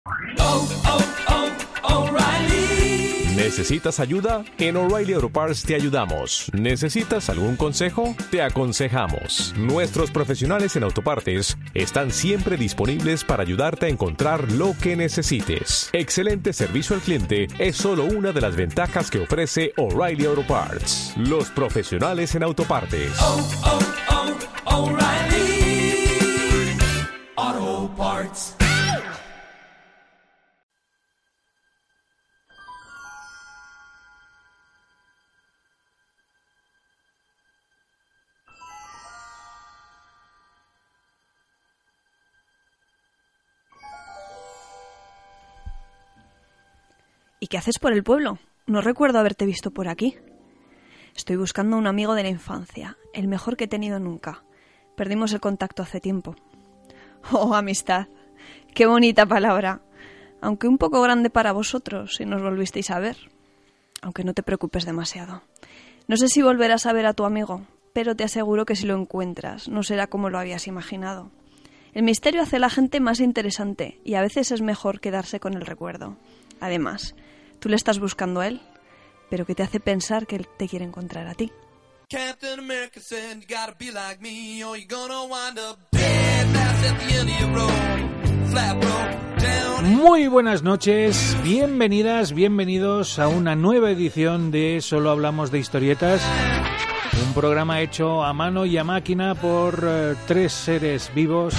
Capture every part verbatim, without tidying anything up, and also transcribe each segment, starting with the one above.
Oh, oh, oh, O'Reilly. ¿Necesitas ayuda? En O'Reilly Auto Parts te ayudamos. ¿Necesitas algún consejo? Te aconsejamos. Nuestros profesionales en autopartes están siempre disponibles para ayudarte a encontrar lo que necesites. Excelente servicio al cliente es solo una de las ventajas que ofrece O'Reilly Auto Parts. Los profesionales en autopartes. Oh, oh, oh, O'Reilly Auto Parts. ¿Y qué haces por el pueblo? No recuerdo haberte visto por aquí. Estoy buscando a un amigo de la infancia, el mejor que he tenido nunca. Perdimos el contacto hace tiempo. Oh, amistad. Qué bonita palabra. Aunque un poco grande para vosotros, si nos volvisteis a ver. Aunque no te preocupes demasiado. No sé si volverás a ver a tu amigo, pero te aseguro que si lo encuentras, no será como lo habías imaginado. El misterio hace a la gente más interesante y a veces es mejor quedarse con el recuerdo. Además, tú le estás buscando a él, pero que te hace pensar que él te quiere encontrar a ti. Captain America said you gotta be like me or you're gonna wind up dead fast at the end of your road. Flat road down. Muy buenas noches, bienvenidas, bienvenidos a una nueva edición de Solo Hablamos de Historietas. Un programa hecho a mano y a máquina por uh, tres seres vivos.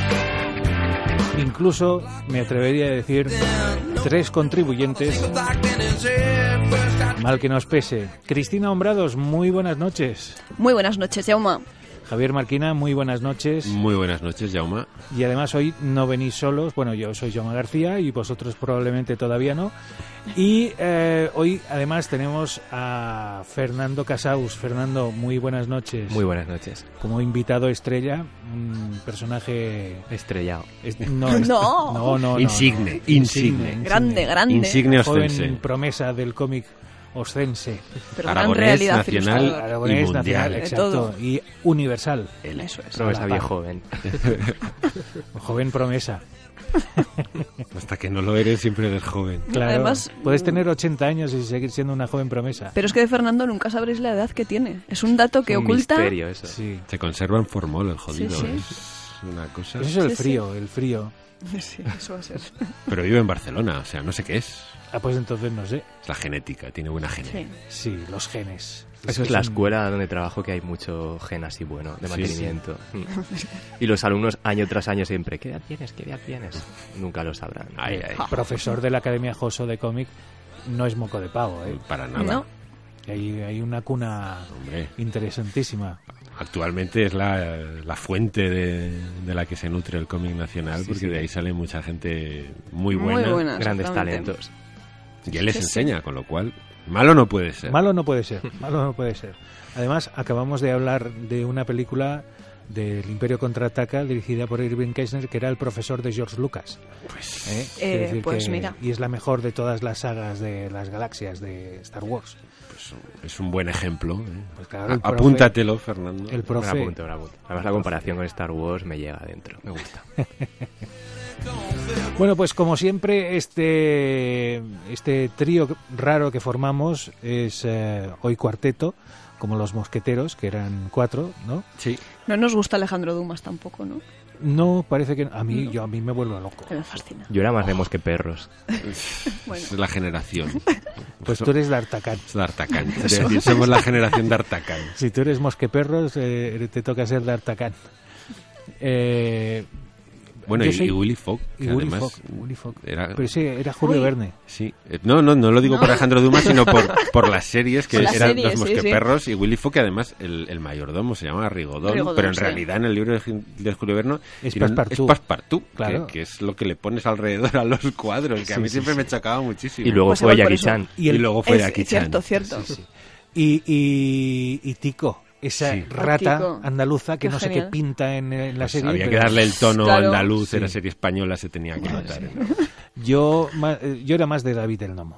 Incluso, me atrevería a decir, tres contribuyentes. Mal que nos pese. Cristina Hombrados, muy buenas noches. Muy buenas noches, Jaume. Javier Marquina, muy buenas noches. Muy buenas noches, Jaume. Y además hoy no venís solos. Bueno, yo soy Jaume García y vosotros probablemente todavía no. Y eh, hoy además tenemos a Fernando Casaus. Fernando, muy buenas noches. Muy buenas noches. Como invitado estrella, un personaje... Estrellado. Es, no, es, No. no, no, no, Insigne, no. insigne. Grande, grande. Insigne Joven oscense. promesa del cómic oscense. Pero gran Aragonés, realidad nacional ilustrada. Aragonés, y mundial. nacional, De exacto. todo. Y universal. Eso es. Promesa a la bien par. joven. Joven promesa. Hasta que no lo eres, siempre eres joven. Claro. Además, puedes tener ochenta años y seguir siendo una joven promesa. Pero es que de Fernando nunca sabréis la edad que tiene. Es un dato que Un oculta. misterio eso. Sí. Se conserva en formol el jodido. Sí, sí. Es una cosa. Eso es el Sí, sí. frío, el frío. Sí, eso va a ser. Pero vive en Barcelona, o sea, no sé qué es. Ah, pues entonces no sé. Es la genética, tiene buena Sí. genética. Sí, los genes. Eso es la escuela donde trabajo, que hay mucho gen así bueno, de Sí, mantenimiento. Y los alumnos año tras año siempre, ¿qué edad tienes? ¿Qué edad tienes? Nunca lo sabrán. Ay, ay, Profesor de la Academia Joso de cómic no es moco de pavo, ¿eh? para nada. ¿No? Hay, hay una cuna Hombre, interesantísima. actualmente es la, la fuente de, de la que se nutre el cómic nacional, Sí, porque sí. de ahí sale mucha gente muy Muy buena. buena. Grandes exactamente. talentos. Y él les Sí, sí. enseña, con lo cual, malo no puede ser. Malo no puede ser, malo no puede ser. Además, acabamos de hablar de una película del Imperio Contraataca dirigida por Irving Keishner, que era el profesor de George Lucas. Pues, ¿eh? Eh, Quiero decir pues que- mira. Y es la mejor de todas las sagas de las galaxias de Star Wars. pues, es un buen ejemplo. ¿eh? Pues claro, el A- profe- Apúntatelo, Fernando. El Me profe. la apunto, me la apunto. Además la comparación con Star Wars me llega adentro. Me gusta. Bueno, pues como siempre, este, este trío raro que formamos es eh, hoy cuarteto, como los mosqueteros, que eran cuatro, ¿no? Sí. No nos gusta Alejandro Dumas tampoco, ¿no? No, parece que a mí, yo a mí me vuelvo loco. Que me fascina. Yo era más de mosqueperros. Bueno. Es la generación. Pues tú eres D'Artagnan. Es D'Artagnan. Es decir, somos la generación D'Artagnan. Si tú eres mosqueperros, eh, te toca ser D'Artagnan. Eh, Bueno, yo y, soy- y Willy Fogg, que y Willy además Fogg, Willy Fogg. era... Pero sí, era Julio Uy. Verne. Sí. Eh, No, no, no lo digo por Alejandro Dumas, sino por, por las series que Por las eran series, los sí, mosqueperros y Willy Fogg, que además el, el mayordomo se llama Rigodón, Rigodón, pero en sí. realidad en el libro de, de Julio Verne Es era un- Passepartout. es Passepartout, Claro. que, que es lo que le pones alrededor a los cuadros, que Sí, a mí sí, siempre sí. me chocaba muchísimo. Y luego Pues fue igual por Jackie eso. Chan. Y, Y el- luego fue Es Jackie Chan. cierto, cierto. Sí, sí. Y, y, y Tico, esa Sí. rata Tico. andaluza que Qué no sé genial. qué pinta en, en la Pues serie. había pero que darle el tono Claro. andaluz, Sí. era serie española, se tenía que notar. Yo, ma- eh, yo era más de David el Nomo.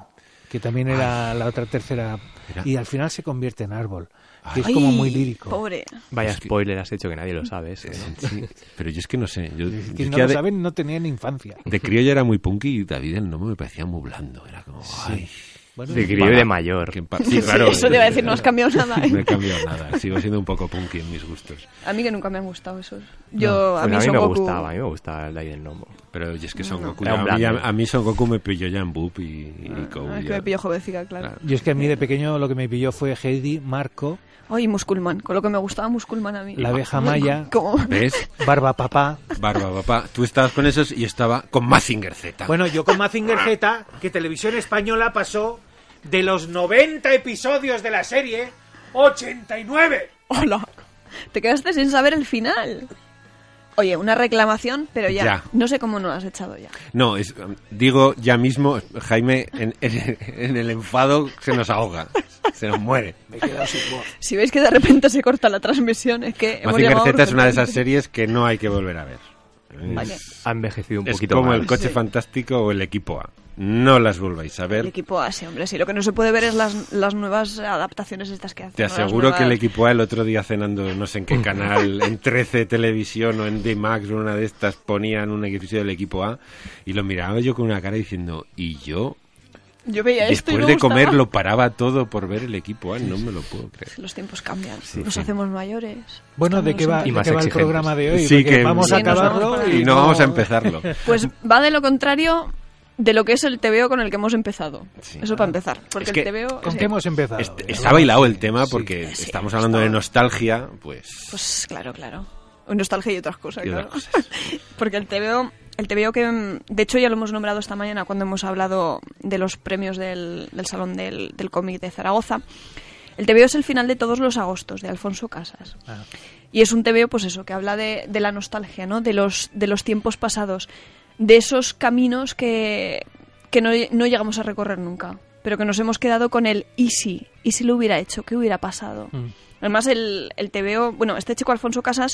que también era la otra tercera, Era- y al final se convierte en árbol, que es Ay, como muy lírico. Pobre. Vaya Es que- spoiler has hecho que nadie lo sabe. Eso, ¿no? Sí, pero yo es que no sé. Yo, Es yo que es no que lo de, saben, no tenían infancia. de crío ya era muy punky y David el Nomo me parecía muy blando. Era como, ay, Bueno, De crío y de mayor. qué pa- sí, claro. Eso te iba a decir, no has cambiado nada. ¿eh? No he cambiado nada. Sigo siendo un poco punky en mis gustos. A mí que nunca me han gustado esos. Yo, a Pues mí, a mí Son me Goku... gustaba, a mí me gustaba el de ahí del Nomo. Pero yo es que Son Goku. Era un A mí, a, blando. a mí Son Goku me pilló ya en Boop y, y Code, Ah, es que ya. me pilló jovencica, claro. Claro. yo es que a mí de pequeño lo que me pilló fue Heidi, Marco, Ay, Musculman, con lo que me gustaba Musculman a mí. la abeja maya, ¿Cómo? ¿Ves? Barba Papá. Barba, papá. Tú estabas con esos y yo estaba con Mazinger Z. Bueno, yo con Mazinger Z, que Televisión Española pasó de los noventa episodios de la serie, ochenta y nueve. Hola. Te quedaste sin saber el final. Oye, una reclamación, pero ya, Ya. no sé cómo no lo has echado ya. No, es, digo ya mismo, Jaime, en, en- en el enfado se nos ahoga. Se nos muere. Me he quedado sin voz. Si veis que de repente se corta la transmisión, es que hemos Mazinger llegado Z es una de esas urgentemente. series que no hay que volver a ver. Es- Vale. Ha envejecido un es poquito como más. el coche Sí. fantástico o el equipo A. No las volváis a El ver. equipo A, sí, hombre, sí. Lo que no se puede ver es las, las nuevas adaptaciones estas que hacen. Te ¿no? Las aseguro que el nuevas- equipo A el otro día cenando, no sé en qué canal, en trece Televisión o en D-Max o una de estas, ponían un episodio del equipo A y lo miraba yo con una cara diciendo, ¿y yo? Yo veía esto y Después me de gustaba. comer lo paraba todo por ver el equipo A, no me lo puedo creer. Los tiempos cambian, Sí, nos sí. hacemos mayores. Bueno, ¿de Estamos qué va, en- Y de más qué va el exigentes. programa de hoy? Sí, Porque que- vamos Sí, a nos vamos acabarlo por ahí. Y no vamos a empezarlo. Pues va de lo contrario de lo que es el T V O con el que hemos empezado. Sí. Eso para empezar. Porque Es que- el T V O... ¿Con sí. qué hemos empezado? Est- Está bailado el tema Sí. porque Sí, estamos hablando de está- nostalgia, pues... Pues claro, claro. Nostalgia y otras cosas, Y claro. otras cosas. Porque el T V O, el T V O que, mm, de hecho, ya lo hemos nombrado esta mañana cuando hemos hablado de los premios del, del Salón del, del Cómic de Zaragoza. El T V O es el final de todos los agostos, de Alfonso Casas. Ah. Y es un T V O, pues eso, que habla de, de la nostalgia, ¿no? De los, de los tiempos pasados, de esos caminos que, que no, no llegamos a recorrer nunca, pero que nos hemos quedado con el ¿y si? ¿Y si lo hubiera hecho? ¿Qué hubiera pasado? Mm. Además, el, el T V O, bueno, este chico Alfonso Casas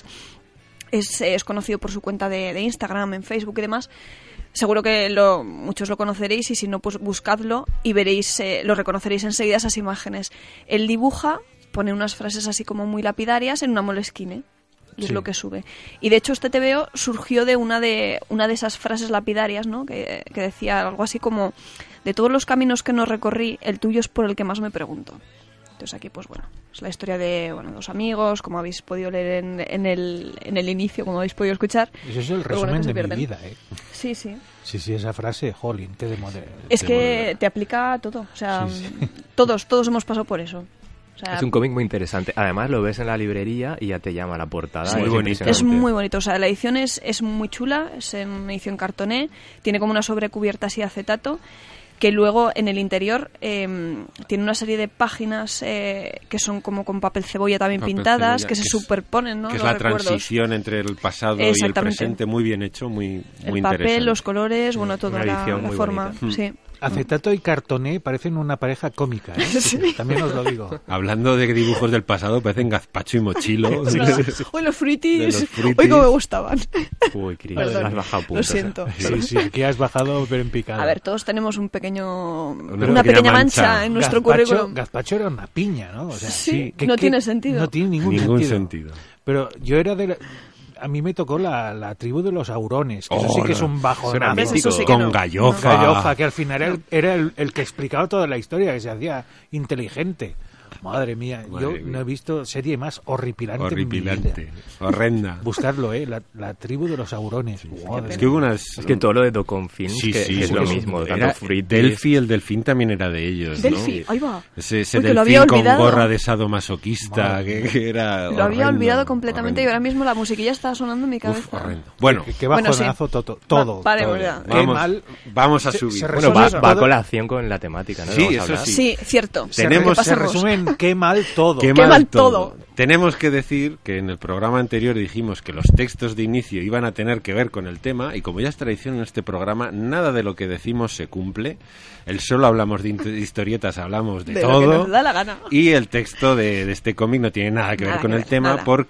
es, es conocido por su cuenta de, de Instagram, en Facebook y demás. Seguro que lo, muchos lo conoceréis y si no, pues buscadlo y veréis, eh, lo reconoceréis enseguida esas imágenes. Él dibuja, pone unas frases así como muy lapidarias en una Moleskine y es Sí. lo que sube. Y de hecho este T V O surgió de una de una de esas frases lapidarias, ¿no? Que, que decía algo así como: de todos los caminos que no recorrí, el tuyo es por el que más me pregunto. Entonces aquí, pues bueno, es la historia de bueno, dos amigos, como habéis podido leer en, en, el, en el inicio, como habéis podido escuchar. Eso es el Pero bueno, resumen que se de mi pierden. vida, ¿eh? Sí, sí. Sí, sí, esa frase, jolín, qué de moda. Es Te que vuelve. te aplica a todo. O sea, Sí, sí. todos, todos hemos pasado por eso. O sea, Es un cómic muy interesante. Además, lo ves en la librería y ya te llama la portada. Sí, es muy bonito. es impresionante. muy bonito. O sea, la edición es, es muy chula. Es en una edición cartoné. Tiene como una sobrecubierta así de acetato. Que luego en el interior eh, tiene una serie de páginas eh, que son como con papel cebolla también Papel pintadas, cebolla, que se que es- superponen, ¿no? Que es Los la recuerdos. transición entre el pasado y el Exactamente. presente, muy bien hecho, muy, muy El papel, interesante. los colores, bueno, toda Una la, edición la muy forma. bonita. Sí. Acetato y cartoné parecen una pareja cómica, ¿eh? Sí. También os lo digo. Hablando de dibujos del pasado, parecen Gazpacho y Mochilo. Uy, los fruitis. De los fruitis. Uy, cómo me gustaban. Uy, Cris, Perdón. has bajado Lo puntos. siento. Sí, sí, aquí has bajado pero en picado. A ver, todos tenemos un pequeño, una, pequeña pequeña mancha, mancha. en nuestro Gazpacho, currículum. Gazpacho era una piña, ¿no? O sea, Sí, que- no que- tiene sentido. No tiene ningún, Ningún sentido. sentido. Pero yo era de la- a mí me tocó la, la tribu de los aurones, que eso sí Oh, que es no. un bajo. Eso era ¿Ves? mítico. Eso sí que Con no. gallofa. Gallofa, que al final era, el, era el, el que explicaba toda la historia, que se hacía inteligente. Madre mía, Madre yo mía. no he visto serie más horripilante, en mi Horripilante. vida. Horrenda. Buscarlo, ¿eh? La, la tribu de los aurones. Madre Es que hubo unas... Es que todo lo de Docon Films, Sí, que, sí, que es sí, lo sí. mismo. Era Tanto Fritis, Delphi, el delfín también era de ellos, Delphi, ¿no? ahí va. Ese, ese Uy, que lo delfín había con olvidado. gorra de sadomasoquista, Madre que, que era Lo había horrendo, olvidado completamente y horrendo. ahora mismo la musiquilla está sonando en mi cabeza. Uf, horrendo. Bueno, Qué, qué Bueno, bajonazo sí. todo. todo, Va- paremos todo. ya. Qué vamos, mal. vamos a Se- subir. se Bueno, resume va, eso va a todo. colación con la temática, ¿no? Sí, Vamos a eso hablar. sí. Sí, cierto. Tenemos- ¿Qué Se pasamos? resumen, qué mal todo. Qué Qué mal, mal todo. todo. Tenemos que decir que en el programa anterior dijimos que los textos de inicio iban a tener que ver con el tema y como ya es tradición en este programa, nada de lo que decimos se cumple. El solo hablamos de int- historietas, hablamos de, De lo todo. que nos da la gana. Y el texto de, de este cómic no tiene nada que ver Nada con que el ver, tema nada. porque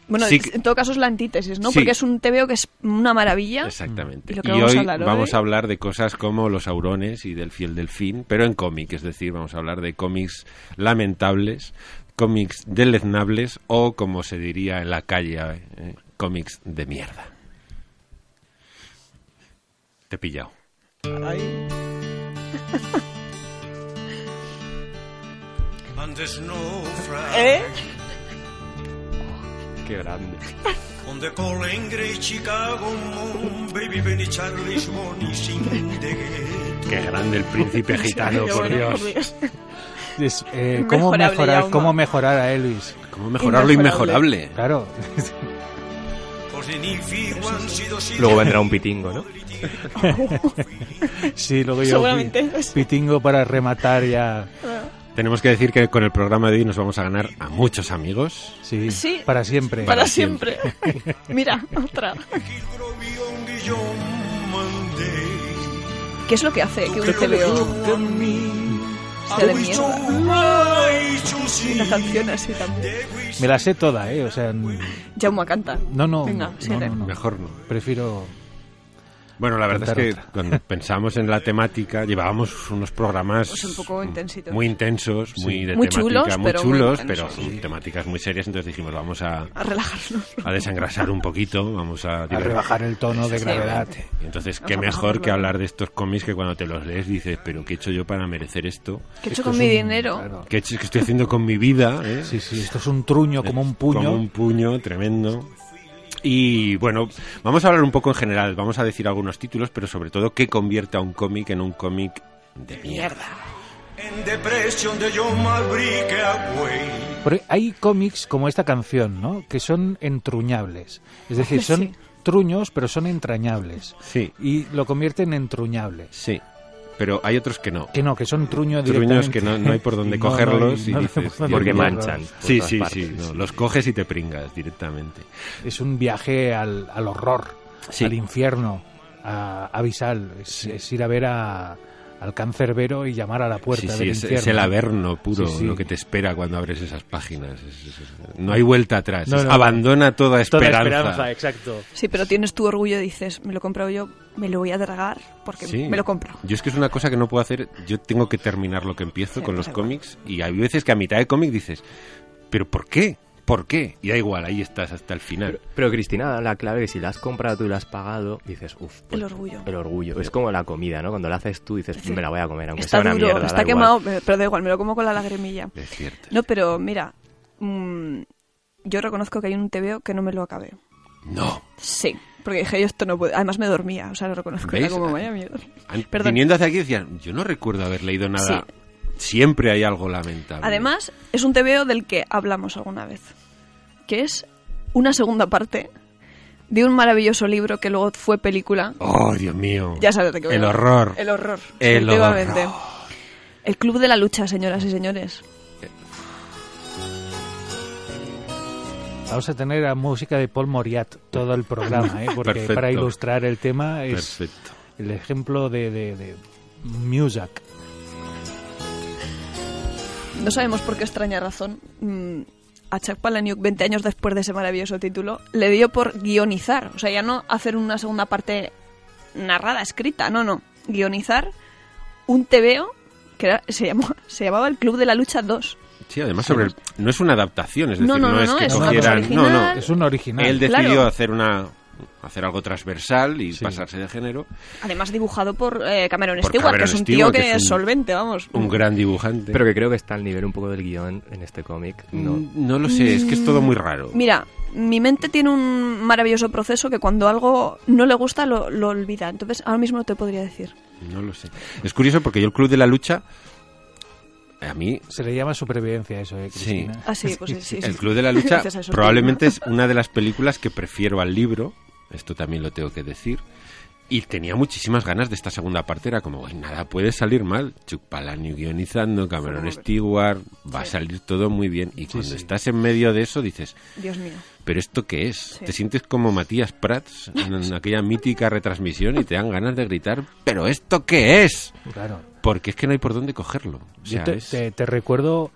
Bueno, Sí que- en todo caso es la antítesis, ¿no? Sí. Porque es un tebeo que es una maravilla. Exactamente. Y lo que Y vamos a hoy hablar hoy- vamos a hablar de cosas como los Aurones y del Fiel Delfín, pero en cómic, es decir, vamos a hablar de cómics lamentables, cómics deleznables o, como se diría en la calle, eh, cómics de mierda. Te he pillado. And there's no flag ¿Eh? Qué grande. on the calling great Chicago moon, baby Benny Charlie Swanee sing the gate. Qué grande el príncipe gitano, Qué por bueno, Dios. por Dios. Es, eh, ¿cómo, Mejorable, mejorar, Jaume. ¿Cómo mejorar a Elvis? ¿Cómo mejorar lo Inmejorable. inmejorable? Claro. Luego vendrá un pitingo, ¿no? Sí, luego yo Seguramente. pi- pitingo para rematar ya. Tenemos que decir que con el programa de hoy nos vamos a ganar a muchos amigos. Sí, Sí. para siempre. Para siempre. Mira, otra. ¿Qué es lo que hace que un tebeo sea de mierda? Y la canción así también. Me la sé toda, ¿eh? O sea, n- Jaume canta. no, no, Venga, no, sigue. no, no. Mejor no. Prefiero... Bueno, la verdad es Contar que otra. cuando pensamos en la temática, llevábamos unos programas Pues un poco intensitos. muy intensos, muy de Muy temática, chulos, muy pero muy chulos, intensos. pero temáticas muy serias. Entonces dijimos, vamos a, A relajarnos. a desengrasar un poquito, vamos a, A rebajar el tono de gravedad. Y entonces, Vamos qué a mejor bajarlo. que hablar de estos cómics que cuando te los lees dices, pero ¿qué he hecho yo para merecer esto? ¿Qué he hecho Esto con es mi un- dinero? claro. ¿Qué, he hecho- qué estoy haciendo con mi vida? ¿eh? Sí, sí, esto es un truño como un puño. Como un puño, tremendo. Y bueno, vamos a hablar un poco en general, vamos a decir algunos títulos, pero sobre todo qué convierte a un cómic en un cómic de mierda. And the pressure that you might break away. Pero hay cómics como esta canción, ¿no? Que son entruñables. Es decir, son Sí. truños, pero son entrañables. Sí, Y lo convierten en truñables. sí. Pero hay otros que no. Que no, que son truños Truños directamente. que no, no hay por dónde No, no hay- cogerlos y no hay dices... por dónde Porque Dios mío. cogerlos. manchan. por Sí, todas sí, partes. sí. no, los coges y te pringas directamente. Es un viaje al, al horror, Sí. al infierno, a abisal. Es, es ir a ver a, al cancerbero y llamar a la puerta Sí, sí, del es, infierno. es el averno puro Sí, sí. lo que te espera cuando abres esas páginas. Es- es- es- no hay vuelta atrás. No, Es no, abandona toda Toda esperanza. esperanza, exacto. Sí, pero tienes tu orgullo y dices, me lo he comprado yo, me lo voy a tragar porque Sí. me lo compro. Yo es que es una cosa que no puedo hacer. Yo tengo que terminar lo que empiezo Sí, con los da igual. cómics y hay veces que a mitad de cómic dices, ¿pero por qué? ¿Por qué? Y da igual, ahí estás hasta el final. Pero, pero, Cristina, la clave es que si la has comprado tú y la has pagado, dices, uff, El orgullo. El orgullo. Es como la comida, ¿no? Cuando la haces tú dices, Sí. me la voy a comer, aunque Está sea una duro, mierda. da está igual. quemado, pero da igual, me lo como con la lagrimilla. Es cierto. No, pero mira, mm, yo reconozco que hay un tebeo que no me lo acabé. No. Sí, porque dije yo esto no puede. Además me dormía, o sea, lo reconozco. Era ¿Veis? como, vaya mierda. An- Perdón. Viniendo hacia aquí decían, yo no recuerdo haber leído nada. Siempre hay algo lamentable. Además, es un tebeo del que hablamos alguna vez, que es una segunda parte de un maravilloso libro que luego fue película. Oh, Dios mío. Ya sabes de qué voy a El hablar. horror. El horror. El efectivamente. horror. El Club de la Lucha, señoras y señores. Vamos a tener a música de Paul Moriat todo el programa, ¿eh? Porque Perfecto. para ilustrar el tema es Perfecto. el ejemplo de, de, de music. No sabemos por qué extraña razón. mm, A Chuck Palahniuk, veinte años después de ese maravilloso título, le dio por guionizar. O sea, ya no hacer una segunda parte narrada, escrita, no, no. Guionizar un tebeo que era- se, llamó, se llamaba El Club de la Lucha dos. Sí, además sobre el- no es una adaptación, es decir, No, no, no, no, es no, que es una cogieran, cosa no, no, original. Es un original. él decidió Claro. hacer una hacer algo transversal y Sí. pasarse de género. Además dibujado por eh, Cameron Por Stewart, Cameron que es un Stewart, tío que que, es es un- solvente, vamos. Un gran dibujante. Pero que creo que está al nivel un poco del guión en este cómic. No. Mm, no lo sé, es que es todo muy raro. Mira, mi mente tiene un maravilloso proceso que cuando algo no le gusta lo, lo olvida. Entonces, ahora mismo no te podría decir. No lo sé. Es curioso porque yo el Club de la Lucha a mí Se le llama supervivencia eso, ¿eh, Cristina? Ah, sí, pues sí, sí. el sí. Club de la Lucha Gracias a eso, probablemente es una de las películas que prefiero al libro. Esto también lo tengo que decir. Y tenía muchísimas ganas de esta segunda parte. Era como, "Güey, nada puede salir mal. Chuck Palahniuk guionizando, Cameron Stewart, va a salir todo muy bien". Y cuando sí. estás en medio de eso dices, Dios mío. ¿pero esto qué es? Sí. Te sientes como Matías Prats en, en aquella mítica retransmisión y te dan ganas de gritar, ¿pero esto qué es? Claro. Porque es que no hay por dónde cogerlo. O sea, Yo te, es- te- te recuerdo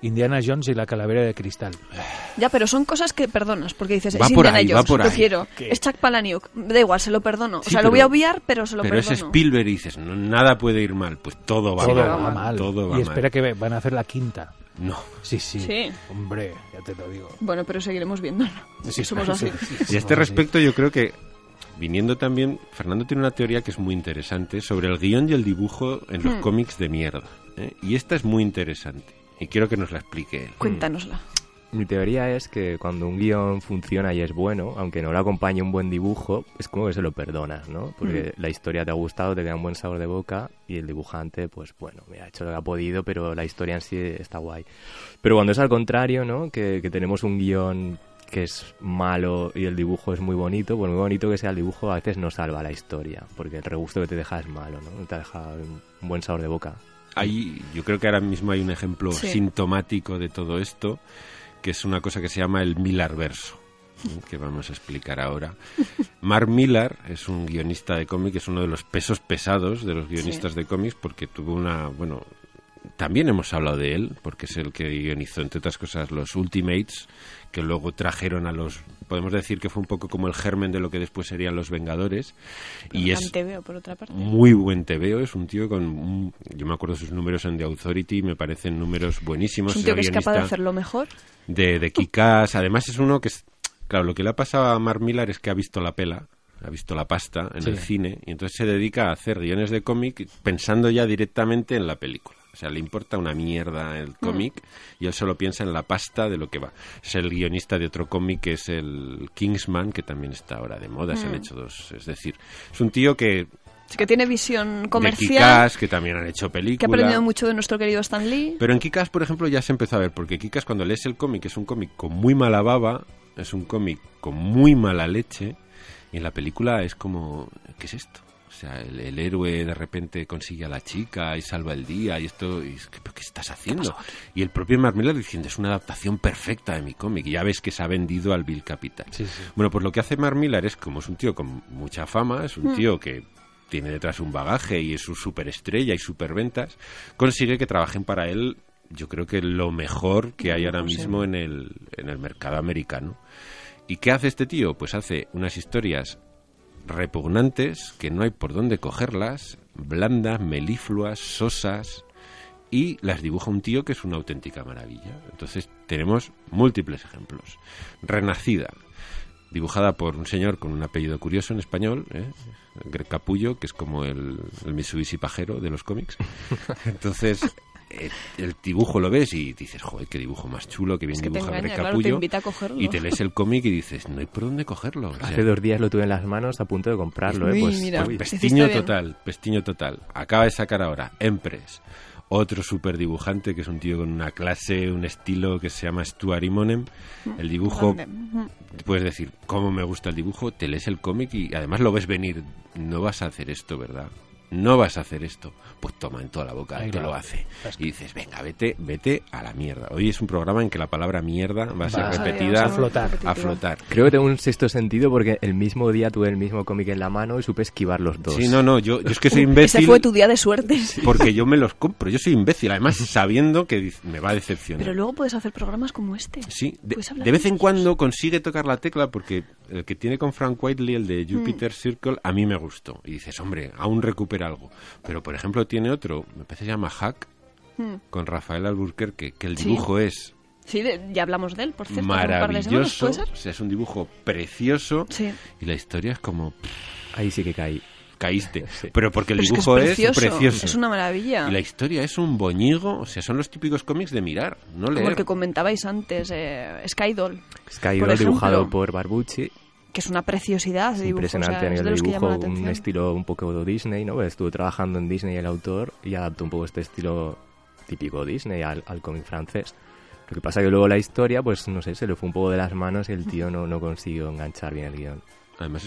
Indiana Jones y la calavera de cristal. Ya, pero son cosas que perdonas, porque dices, Va es por Indiana ahí, va Jones, por lo ahí. quiero. ¿Qué? Es Chuck Palahniuk, da igual, se lo perdono. Sí, o sea, pero- lo voy a obviar, pero se lo Pero perdono. es Spielberg y dices, no, nada puede ir mal. Pues todo va Todo mal. va mal. Todo va y espera mal. que ve- van a hacer la quinta. No. Sí, sí. Sí. Hombre, ya te lo digo. Bueno, pero seguiremos viéndolo. Sí, Somos sí, así. sí, sí, Y a este somos respecto yo creo que, viniendo también, Fernando tiene una teoría que es muy interesante sobre el guión y el dibujo en los Hmm. cómics de mierda. ¿eh? Y esta es muy interesante. Y quiero que nos la explique él. Cuéntanosla. Mi teoría es que cuando un guión funciona y es bueno, aunque no lo acompañe un buen dibujo, es como que se lo perdonas, ¿no? Porque la historia te ha gustado, te queda un buen sabor de boca y el dibujante, pues bueno, me ha hecho lo que ha podido, pero la historia en sí está guay. Pero cuando es al contrario, ¿no? Que, que tenemos un guión que es malo y el dibujo es muy bonito, pues muy bonito que sea el dibujo a veces no salva la historia, porque el regusto que te deja es malo, ¿no? No te deja un buen sabor de boca. Ahí, yo creo que ahora mismo hay un ejemplo Sí. sintomático de todo esto, que es una cosa que se llama el Millarverso, ¿eh? que vamos a explicar ahora. Mark Millar es un guionista de cómic, es uno de los pesos pesados de los guionistas Sí. de cómics, porque tuvo una, bueno, también hemos hablado de él, porque es el que guionizó, entre otras cosas, los Ultimates, que luego trajeron a los, podemos decir que fue un poco como el germen de lo que después serían los Vengadores, y es Te veo, por otra parte. muy buen tebeo, es un tío con, un- yo me acuerdo sus números en The Authority, me parecen números buenísimos. Es un tío que es capaz de guionista hacerlo mejor. de, de Kick-Ass. Además es uno que es, claro, lo que le ha pasado a Mark Millar es que ha visto la pela, ha visto la pasta en Sí. el cine, y entonces se dedica a hacer guiones de cómic pensando ya directamente en la película. O sea, le importa una mierda el cómic y él solo piensa en la pasta de lo que va. Es el guionista de otro cómic que es el Kingsman, que también está ahora de moda, se han hecho dos. Es decir, es un tío que Sí, que tiene visión de comercial, Kick-Ass, que también han hecho que ha película. aprendido mucho de nuestro querido Stan Lee. Pero en Kick-Ass, por ejemplo, ya se empezó a ver, porque Kick-Ass, cuando lees el cómic, es un cómic con muy mala baba, es un cómic con muy mala leche, y en la película es como, ¿qué es esto? O sea, el, el héroe de repente consigue a la chica y salva el día, y esto, y es que, ¿pero qué estás haciendo? Y el propio Mark Millar diciendo, es una adaptación perfecta de mi cómic, y ya ves que se ha vendido al Bill Capital. Sí, sí. Bueno, pues lo que hace Mark Millar es, como es un tío con mucha fama, es un tío que tiene detrás un bagaje y es su superestrella y superventas, consigue que trabajen para él, yo creo que lo mejor que hay ahora mismo en el, en el mercado americano. ¿Y qué hace este tío? Pues hace unas historias repugnantes que no hay por dónde cogerlas, blandas, melifluas, sosas, y las dibuja un tío que es una auténtica maravilla. Entonces tenemos múltiples ejemplos. Renacida, dibujada por un señor con un apellido curioso en español, ¿eh? Greg Capullo, que es como el, el Mitsubishi pajero de los cómics. Entonces, eh, el dibujo lo ves y dices, joder, qué dibujo más chulo, qué bien Es que te dibuja engaña, Greg claro, te Capullo. invita a cogerlo. Y te lees el cómic y dices, no hay por dónde cogerlo. O sea, Hace dos días lo tuve en las manos a punto de comprarlo, ¿eh? Uy, Pues, mira. uy. Pues Pestiño hiciste bien. total, pestiño total. Acaba de sacar ahora Empress, otro super dibujante que es un tío con una clase, un estilo que se llama Stuart Immonen. El dibujo, Grande. Ujú. puedes decir, ¿cómo me gusta el dibujo? Te lees el cómic y además lo ves venir. No vas a hacer esto, ¿verdad? No vas a hacer esto. Pues toma en toda la boca, Ahí te la- lo hace. Tasca. Y dices, venga, vete, vete a la mierda. Hoy es un programa en que la palabra mierda va a ser Va a- repetida a flotar. a flotar. Creo que tengo un sexto sentido porque el mismo día tuve el mismo cómic en la mano y supe esquivar los dos. Sí, no, no, yo, yo es que soy Ese imbécil. fue tu día de suerte. Porque yo me los compro, yo soy imbécil, además sabiendo que diz- me va a decepcionar. Pero luego puedes hacer programas como este. Sí, de, Puedes hablar de vez de en ellos. cuando consigue tocar la tecla porque el que tiene con Frank Whiteley, el de Jupiter Circle, a mí me gustó. Y dices, hombre, aún recupera algo. Pero, por ejemplo, tiene otro, me parece que se llama Hack, Mm. con Rafael Alburquerque, que el Sí. dibujo es Sí, de- ya hablamos de él, por cierto. hace un par de semanas, maravilloso, ¿puede ser? o sea, es un dibujo precioso Sí. y la historia es como, pff, Ahí sí que caí. caíste. Sí. Pero porque el Pero es que dibujo es es precioso. precioso. Es una maravilla. Y la historia es un boñigo, o sea, son los típicos cómics de mirar, no leer. Como el que comentabais antes, eh, Skydoll, Sky Por Doll, dibujado ejemplo. por Barbucci. que es una preciosidad de dibujo. Impresionante o sea, a es nivel de de los que dibujo, llaman la un atención. estilo un poco de Disney, ¿no? Estuvo trabajando en Disney el autor y adaptó un poco este estilo típico Disney al, al cómic francés. Lo que pasa que luego la historia, pues no sé, se le fue un poco de las manos y el tío no, no consiguió enganchar bien el guión. Además es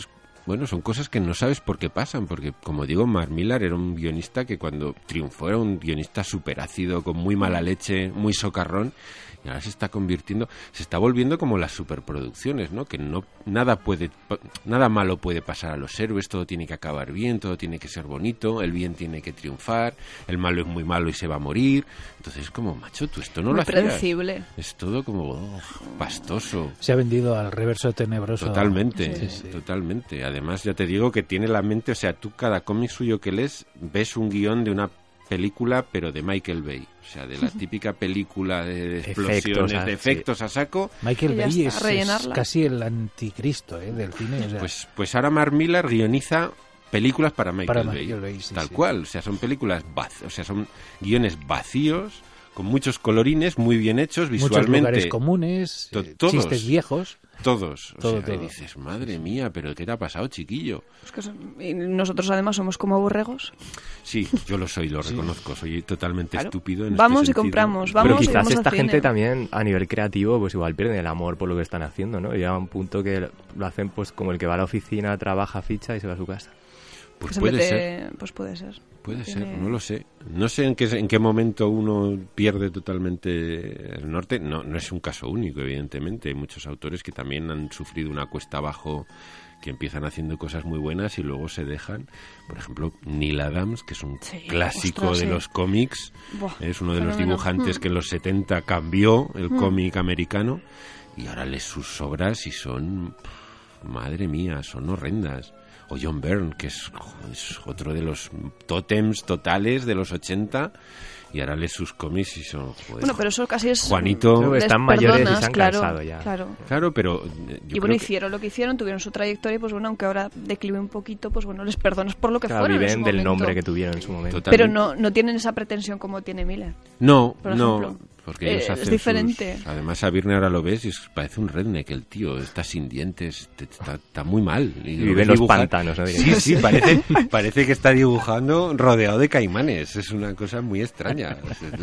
bueno, son cosas que no sabes por qué pasan, porque como digo, Mark Millar era un guionista que cuando triunfó era un guionista súper ácido, con muy mala leche, muy socarrón, y ahora se está convirtiendo, se está volviendo como las superproducciones, ¿no? Que no nada puede, nada malo puede pasar a los héroes, todo tiene que acabar bien, todo tiene que ser bonito, el bien tiene que triunfar, el malo es muy malo y se va a morir. Entonces es como, macho, tú esto no Muy lo hacías. predecible. Es todo como oh, pastoso. Se ha vendido al reverso tenebroso. Totalmente, Sí, sí. totalmente. Además, ya te digo que tiene la mente, o sea, tú cada cómic suyo que lees, ves un guión de una película, pero de Michael Bay. O sea, de la típica película de explosiones, Efectos, ah, de efectos sí. a saco. Michael Y ya Bay está, es, es rellenarla. casi el anticristo ¿eh? del cine. O sea, Pues, pues ahora Mark Millar guioniza películas para Michael Para Bay. Michael Bay, sí, tal sí. cual. O sea, son películas vacías, o sea, son guiones vacíos, con muchos colorines, muy bien hechos, muchos visualmente. lugares comunes, To- eh, todos. chistes viejos. Todos. O Todo, sea, y todo. dices, madre mía, pero ¿qué te ha pasado, chiquillo? Es que son- y nosotros además somos como borregos. Sí, yo lo soy, lo reconozco. Soy totalmente Claro. estúpido en Vamos este y sentido. compramos, Pero vamos y quizás vamos al esta cine. gente también, a nivel creativo, pues igual pierden el amor por lo que están haciendo, ¿no? Llega a un punto que lo hacen pues como el que va a la oficina, trabaja, ficha y se va a su casa. Que Pues se puede mete- ser. Pues puede ser. Puede Tiene- ser, no lo sé. No sé en qué, en qué momento uno pierde totalmente el norte. No, no es un caso único, evidentemente. Hay muchos autores que también han sufrido una cuesta abajo, que empiezan haciendo cosas muy buenas y luego se dejan. Por ejemplo, Neil Adams, que es un Sí, clásico ostras, de sí. los cómics. Buah, Es uno de los fenómeno. dibujantes Mm. que en los setenta cambió el Mm. cómic americano y ahora lees sus obras y son, pff, madre mía, son horrendas. O John Byrne, que es, es otro de los tótems totales de los ochenta, y ahora lees sus cómics y son... joder, Bueno, pero eso casi es... Juanito... Luego les están mayores y perdonas, se han claro, cansado ya. Claro. Claro, pero... eh, yo Y creo bueno, que- hicieron lo que hicieron, tuvieron su trayectoria y pues bueno, aunque ahora declive un poquito, pues bueno, les perdonas por lo que Claro, fueron en viven su del momento. nombre que tuvieron en su momento. Total. Pero no, no tienen esa pretensión como tiene Miller. No, por no, ejemplo. porque ellos Eh, hacen es diferente. sus- Además, a Birne ahora lo ves y es- parece un redneck el tío, está sin dientes, te- está, está muy mal. Y, Y lo vive ves en los dibujar- pantanos, ¿no? Sí, sí, parece, parece que está dibujando rodeado de caimanes, es una cosa muy extraña.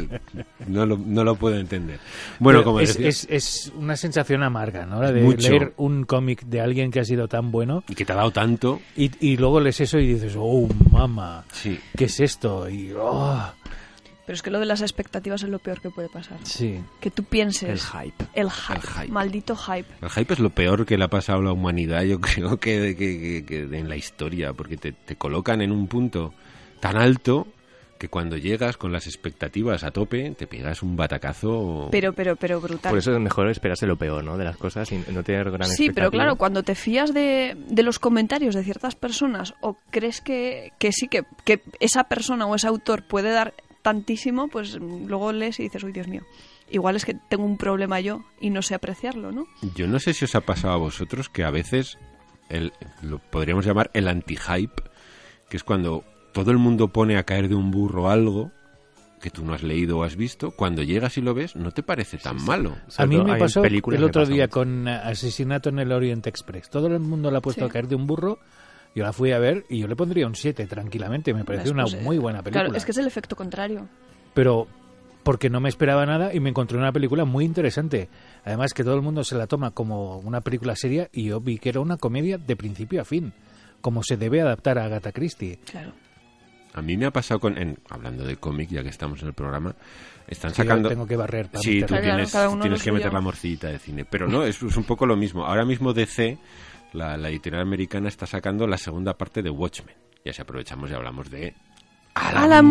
No lo, no lo puedo entender. Bueno, Pero como es, decía, es, es una sensación amarga, ¿no? La de Mucho. leer un cómic de alguien que ha sido tan bueno y que te ha dado tanto, y, y luego lees eso y dices, oh, mamá, sí. ¿qué es esto? Y, oh, Pero es que lo de las expectativas es lo peor que puede pasar. sí. Que tú pienses... El hype. El hype. El hype. Maldito hype. El hype es lo peor que le ha pasado a la humanidad, yo creo que, que, que- que en la historia, porque te, te colocan en un punto tan alto que cuando llegas con las expectativas a tope, te pegas un batacazo. Pero, pero, pero brutal. Por eso es mejor esperarse lo peor, ¿no? De las cosas y no tener gran Sí, pero expectativa. claro, cuando te fías de, de los comentarios de ciertas personas o crees que, que sí, que, que esa persona o ese autor puede dar tantísimo, pues mm, luego lees y dices, uy, Dios mío, igual es que tengo un problema yo y no sé apreciarlo, ¿no? Yo no sé si os ha pasado a vosotros que a veces el, lo podríamos llamar el anti-hype, que es cuando todo el mundo pone a caer de un burro algo que tú no has leído o has visto, cuando llegas y lo ves, no te parece tan malo. A Sobre mí todo me hay pasó películas el que otro pasa día mucho. con eh, Asesinato en el Orient Express. Todo el mundo la ha puesto Sí. a caer de un burro. Yo la fui a ver y yo le pondría un siete tranquilamente. Me pareció una Después, eh, muy buena película. Claro, es que es el efecto contrario. Pero porque no me esperaba nada y me encontré una película muy interesante. Además que todo el mundo se la toma como una película seria y yo vi que era una comedia de principio a fin, como se debe adaptar a Agatha Christie. Claro. A mí me ha pasado con, en, hablando de cómic, ya que estamos en el programa, están Sí, yo sacando... tengo que barrer para Sí, tú meterla. Claro, tienes, cada uno tienes lo que suyo. meter la morcillita de cine. Pero no, es, es un poco lo mismo. Ahora mismo D C, la, la editorial americana, está sacando la segunda parte de Watchmen. Ya si aprovechamos y hablamos de... ¡Alan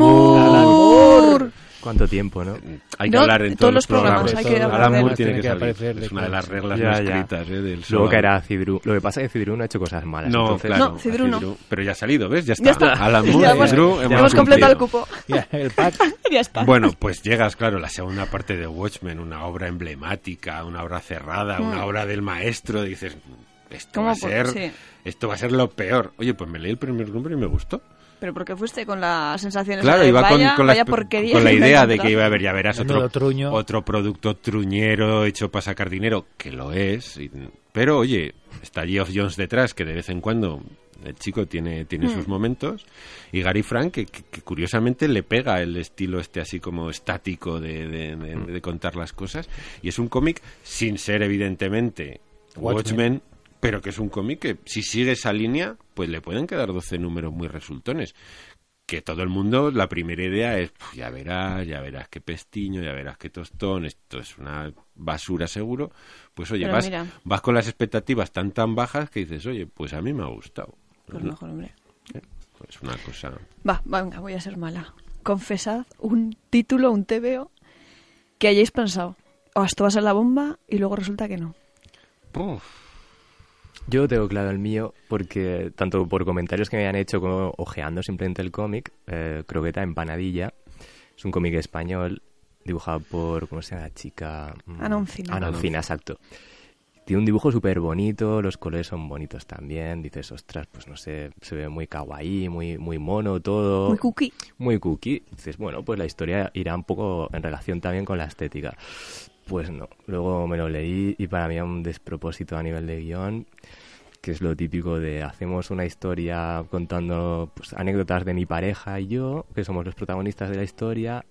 Moore! ¿Cuánto tiempo, no? Hay que No, hablar en en todos los todos los programas. programas, hay que Alan hablar de Moore él. tiene Tiene que que salir. aparecer de Es una de las reglas Ya, no ya. escritas, ¿eh? Del Luego solo. caerá Cidru. Lo que pasa es que Cidru no ha hecho cosas malas. No, entonces, claro. No, Cidru no. Cidru. Pero ya ha salido, ¿ves? Ya está. Ya está. Alan Moore, Ya hemos, Cidru, ya hemos hemos completado el cumplido. cupo. Ya, el pack. Ya está. Bueno, pues llegas, claro, la segunda parte de Watchmen, una obra emblemática, una obra cerrada, Mm. una obra del maestro, dices, esto ¿Cómo va a por- ser, sí. esto va a ser lo peor. Oye, pues me leí el primer número y me gustó. Pero porque fuiste con las sensaciones Claro, de iba con, vaya, con, la, vaya espe- porquería. con la que me he idea de que encontrado. iba a haber, ya verás, Menudo otro, truño. otro producto truñero hecho para sacar dinero, que lo es. y- pero, oye, está Geoff Jones detrás, que de vez en cuando el chico tiene, tiene sus momentos. Y Gary Frank, que, que- que curiosamente le pega el estilo este así como estático de, de- de- de contar las cosas. Y es un cómic sin ser, evidentemente, Watchmen. Watchmen, pero que es un cómic que si sigue esa línea, pues le pueden quedar doce números muy resultones. Que todo el mundo, la primera idea es, ya verás, ya verás qué pestiño, ya verás qué tostón, esto es una basura seguro. Pues oye, vas, vas con las expectativas tan tan bajas que dices, oye, pues a mí me ha gustado. Pues ¿no? mejor, hombre. ¿Eh? Pues una cosa... Va, venga, voy a ser mala. Confesad un título, un tebeo, que hayáis pensado, oh, esto va a ser la bomba, y luego resulta que no. Uf. Yo tengo claro el mío porque tanto por comentarios que me han hecho como ojeando simplemente el cómic, eh, Croqueta Empanadilla, es un cómic español dibujado por, ¿cómo se llama la chica? Ana Oncina. Ana Oncina, exacto. Tiene un dibujo súper bonito, los colores son bonitos también, dices, ostras, pues no sé, se ve muy kawaii, muy, muy mono todo. Muy cookie. Muy cookie. Dices, bueno, pues la historia irá un poco en relación también con la estética. Pues no, luego me lo leí y para mí era un despropósito a nivel de guión, que es lo típico de hacemos una historia contando pues, anécdotas de mi pareja y yo, que somos los protagonistas de la historia,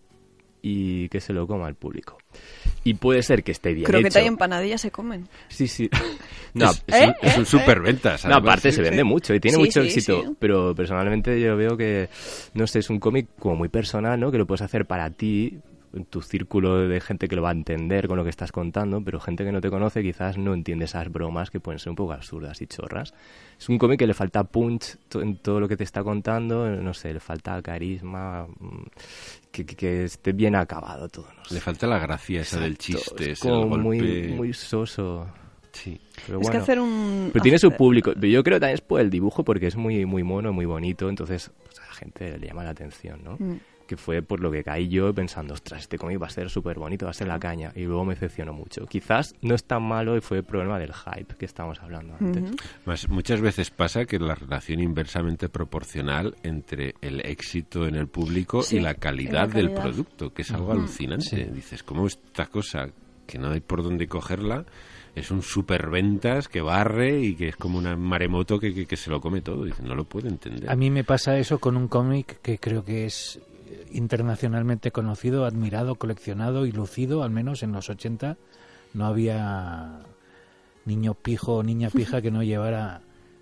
y que se lo coma el público. Y puede ser que esté bien Creo hecho. que hay empanadillas se comen. Sí, sí. No, es, es, ¿Eh? un, es un superventas. No, aparte sí, se vende sí. mucho y tiene sí, mucho sí, éxito, sí. Pero personalmente yo veo que, no sé, es un cómic como muy personal, ¿no? Que lo puedes hacer para ti, en tu círculo de gente que lo va a entender con lo que estás contando, pero gente que no te conoce quizás no entiende esas bromas que pueden ser un poco absurdas y chorras. Es un cómic que le falta punch en todo lo que te está contando, no sé, le falta carisma, que, que, que esté bien acabado todo. No sé. Le falta la gracia esa Exacto, del chiste, es ese como el golpe... muy, muy soso. Sí. Pero es bueno, que hacer un... pero tiene su público. Yo creo también es por el dibujo, porque es muy, muy mono, muy bonito, entonces pues, a la gente le llama la atención, ¿no? Mm. Que fue por lo que caí yo pensando, ostras, este cómic va a ser súper bonito, va a ser la caña, y luego me decepcionó mucho. Quizás no es tan malo y fue el problema del hype que estábamos hablando antes. Uh-huh. Más, muchas veces pasa que la relación inversamente proporcional entre el éxito en el público sí, y la calidad, la calidad del producto, que es algo uh-huh. alucinante. Sí. Dices, ¿cómo esta cosa que no hay por dónde cogerla es un superventas que barre y que es como una maremoto que, que, que se lo come todo? Dices, no lo puedo entender. A mí me pasa eso con un cómic que creo que es internacionalmente conocido, admirado, coleccionado y lucido, al menos en los ochenta no había niño pijo o niña pija que no llevara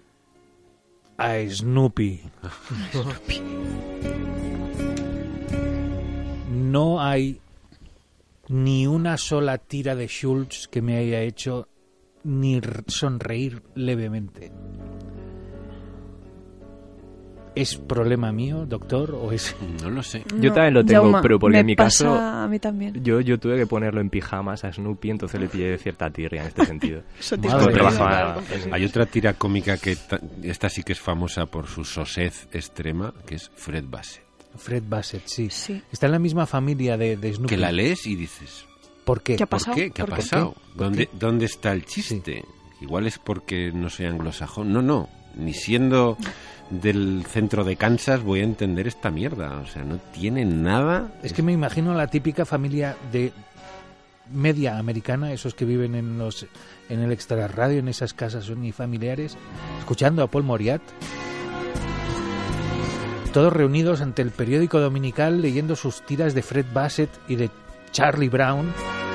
a Snoopy. Snoopy. No hay ni una sola tira de Schultz que me haya hecho ni sonreír levemente. ¿Es problema mío, doctor, o es...? No lo sé. Yo no, también lo tengo, Jaume, pero porque me en mi pasa caso... a mí también. Yo, yo tuve que ponerlo en pijamas a Snoopy, entonces le pillé cierta tirria en este sentido. trabaja, Hay otra tira cómica que ta, esta sí que es famosa por su sosez extrema, que es Fred Bassett. Fred Bassett, sí. sí. Está en la misma familia de, de Snoopy. Que la lees y dices... ¿Por qué? ¿Qué ha pasado? ¿Por qué? ¿Qué ha ¿Por pasado? qué? ¿Dónde, qué? ¿Dónde está el chiste? Sí. Igual es porque no soy anglosajón. No, no. Ni siendo del centro de Kansas voy a entender esta mierda. O sea, no tiene nada... Es que me imagino la típica familia de media americana, esos que viven en los en el extrarradio, en esas casas unifamiliares, escuchando a Paul Mauriat, todos reunidos ante el periódico dominical leyendo sus tiras de Fred Bassett y de Charlie Brown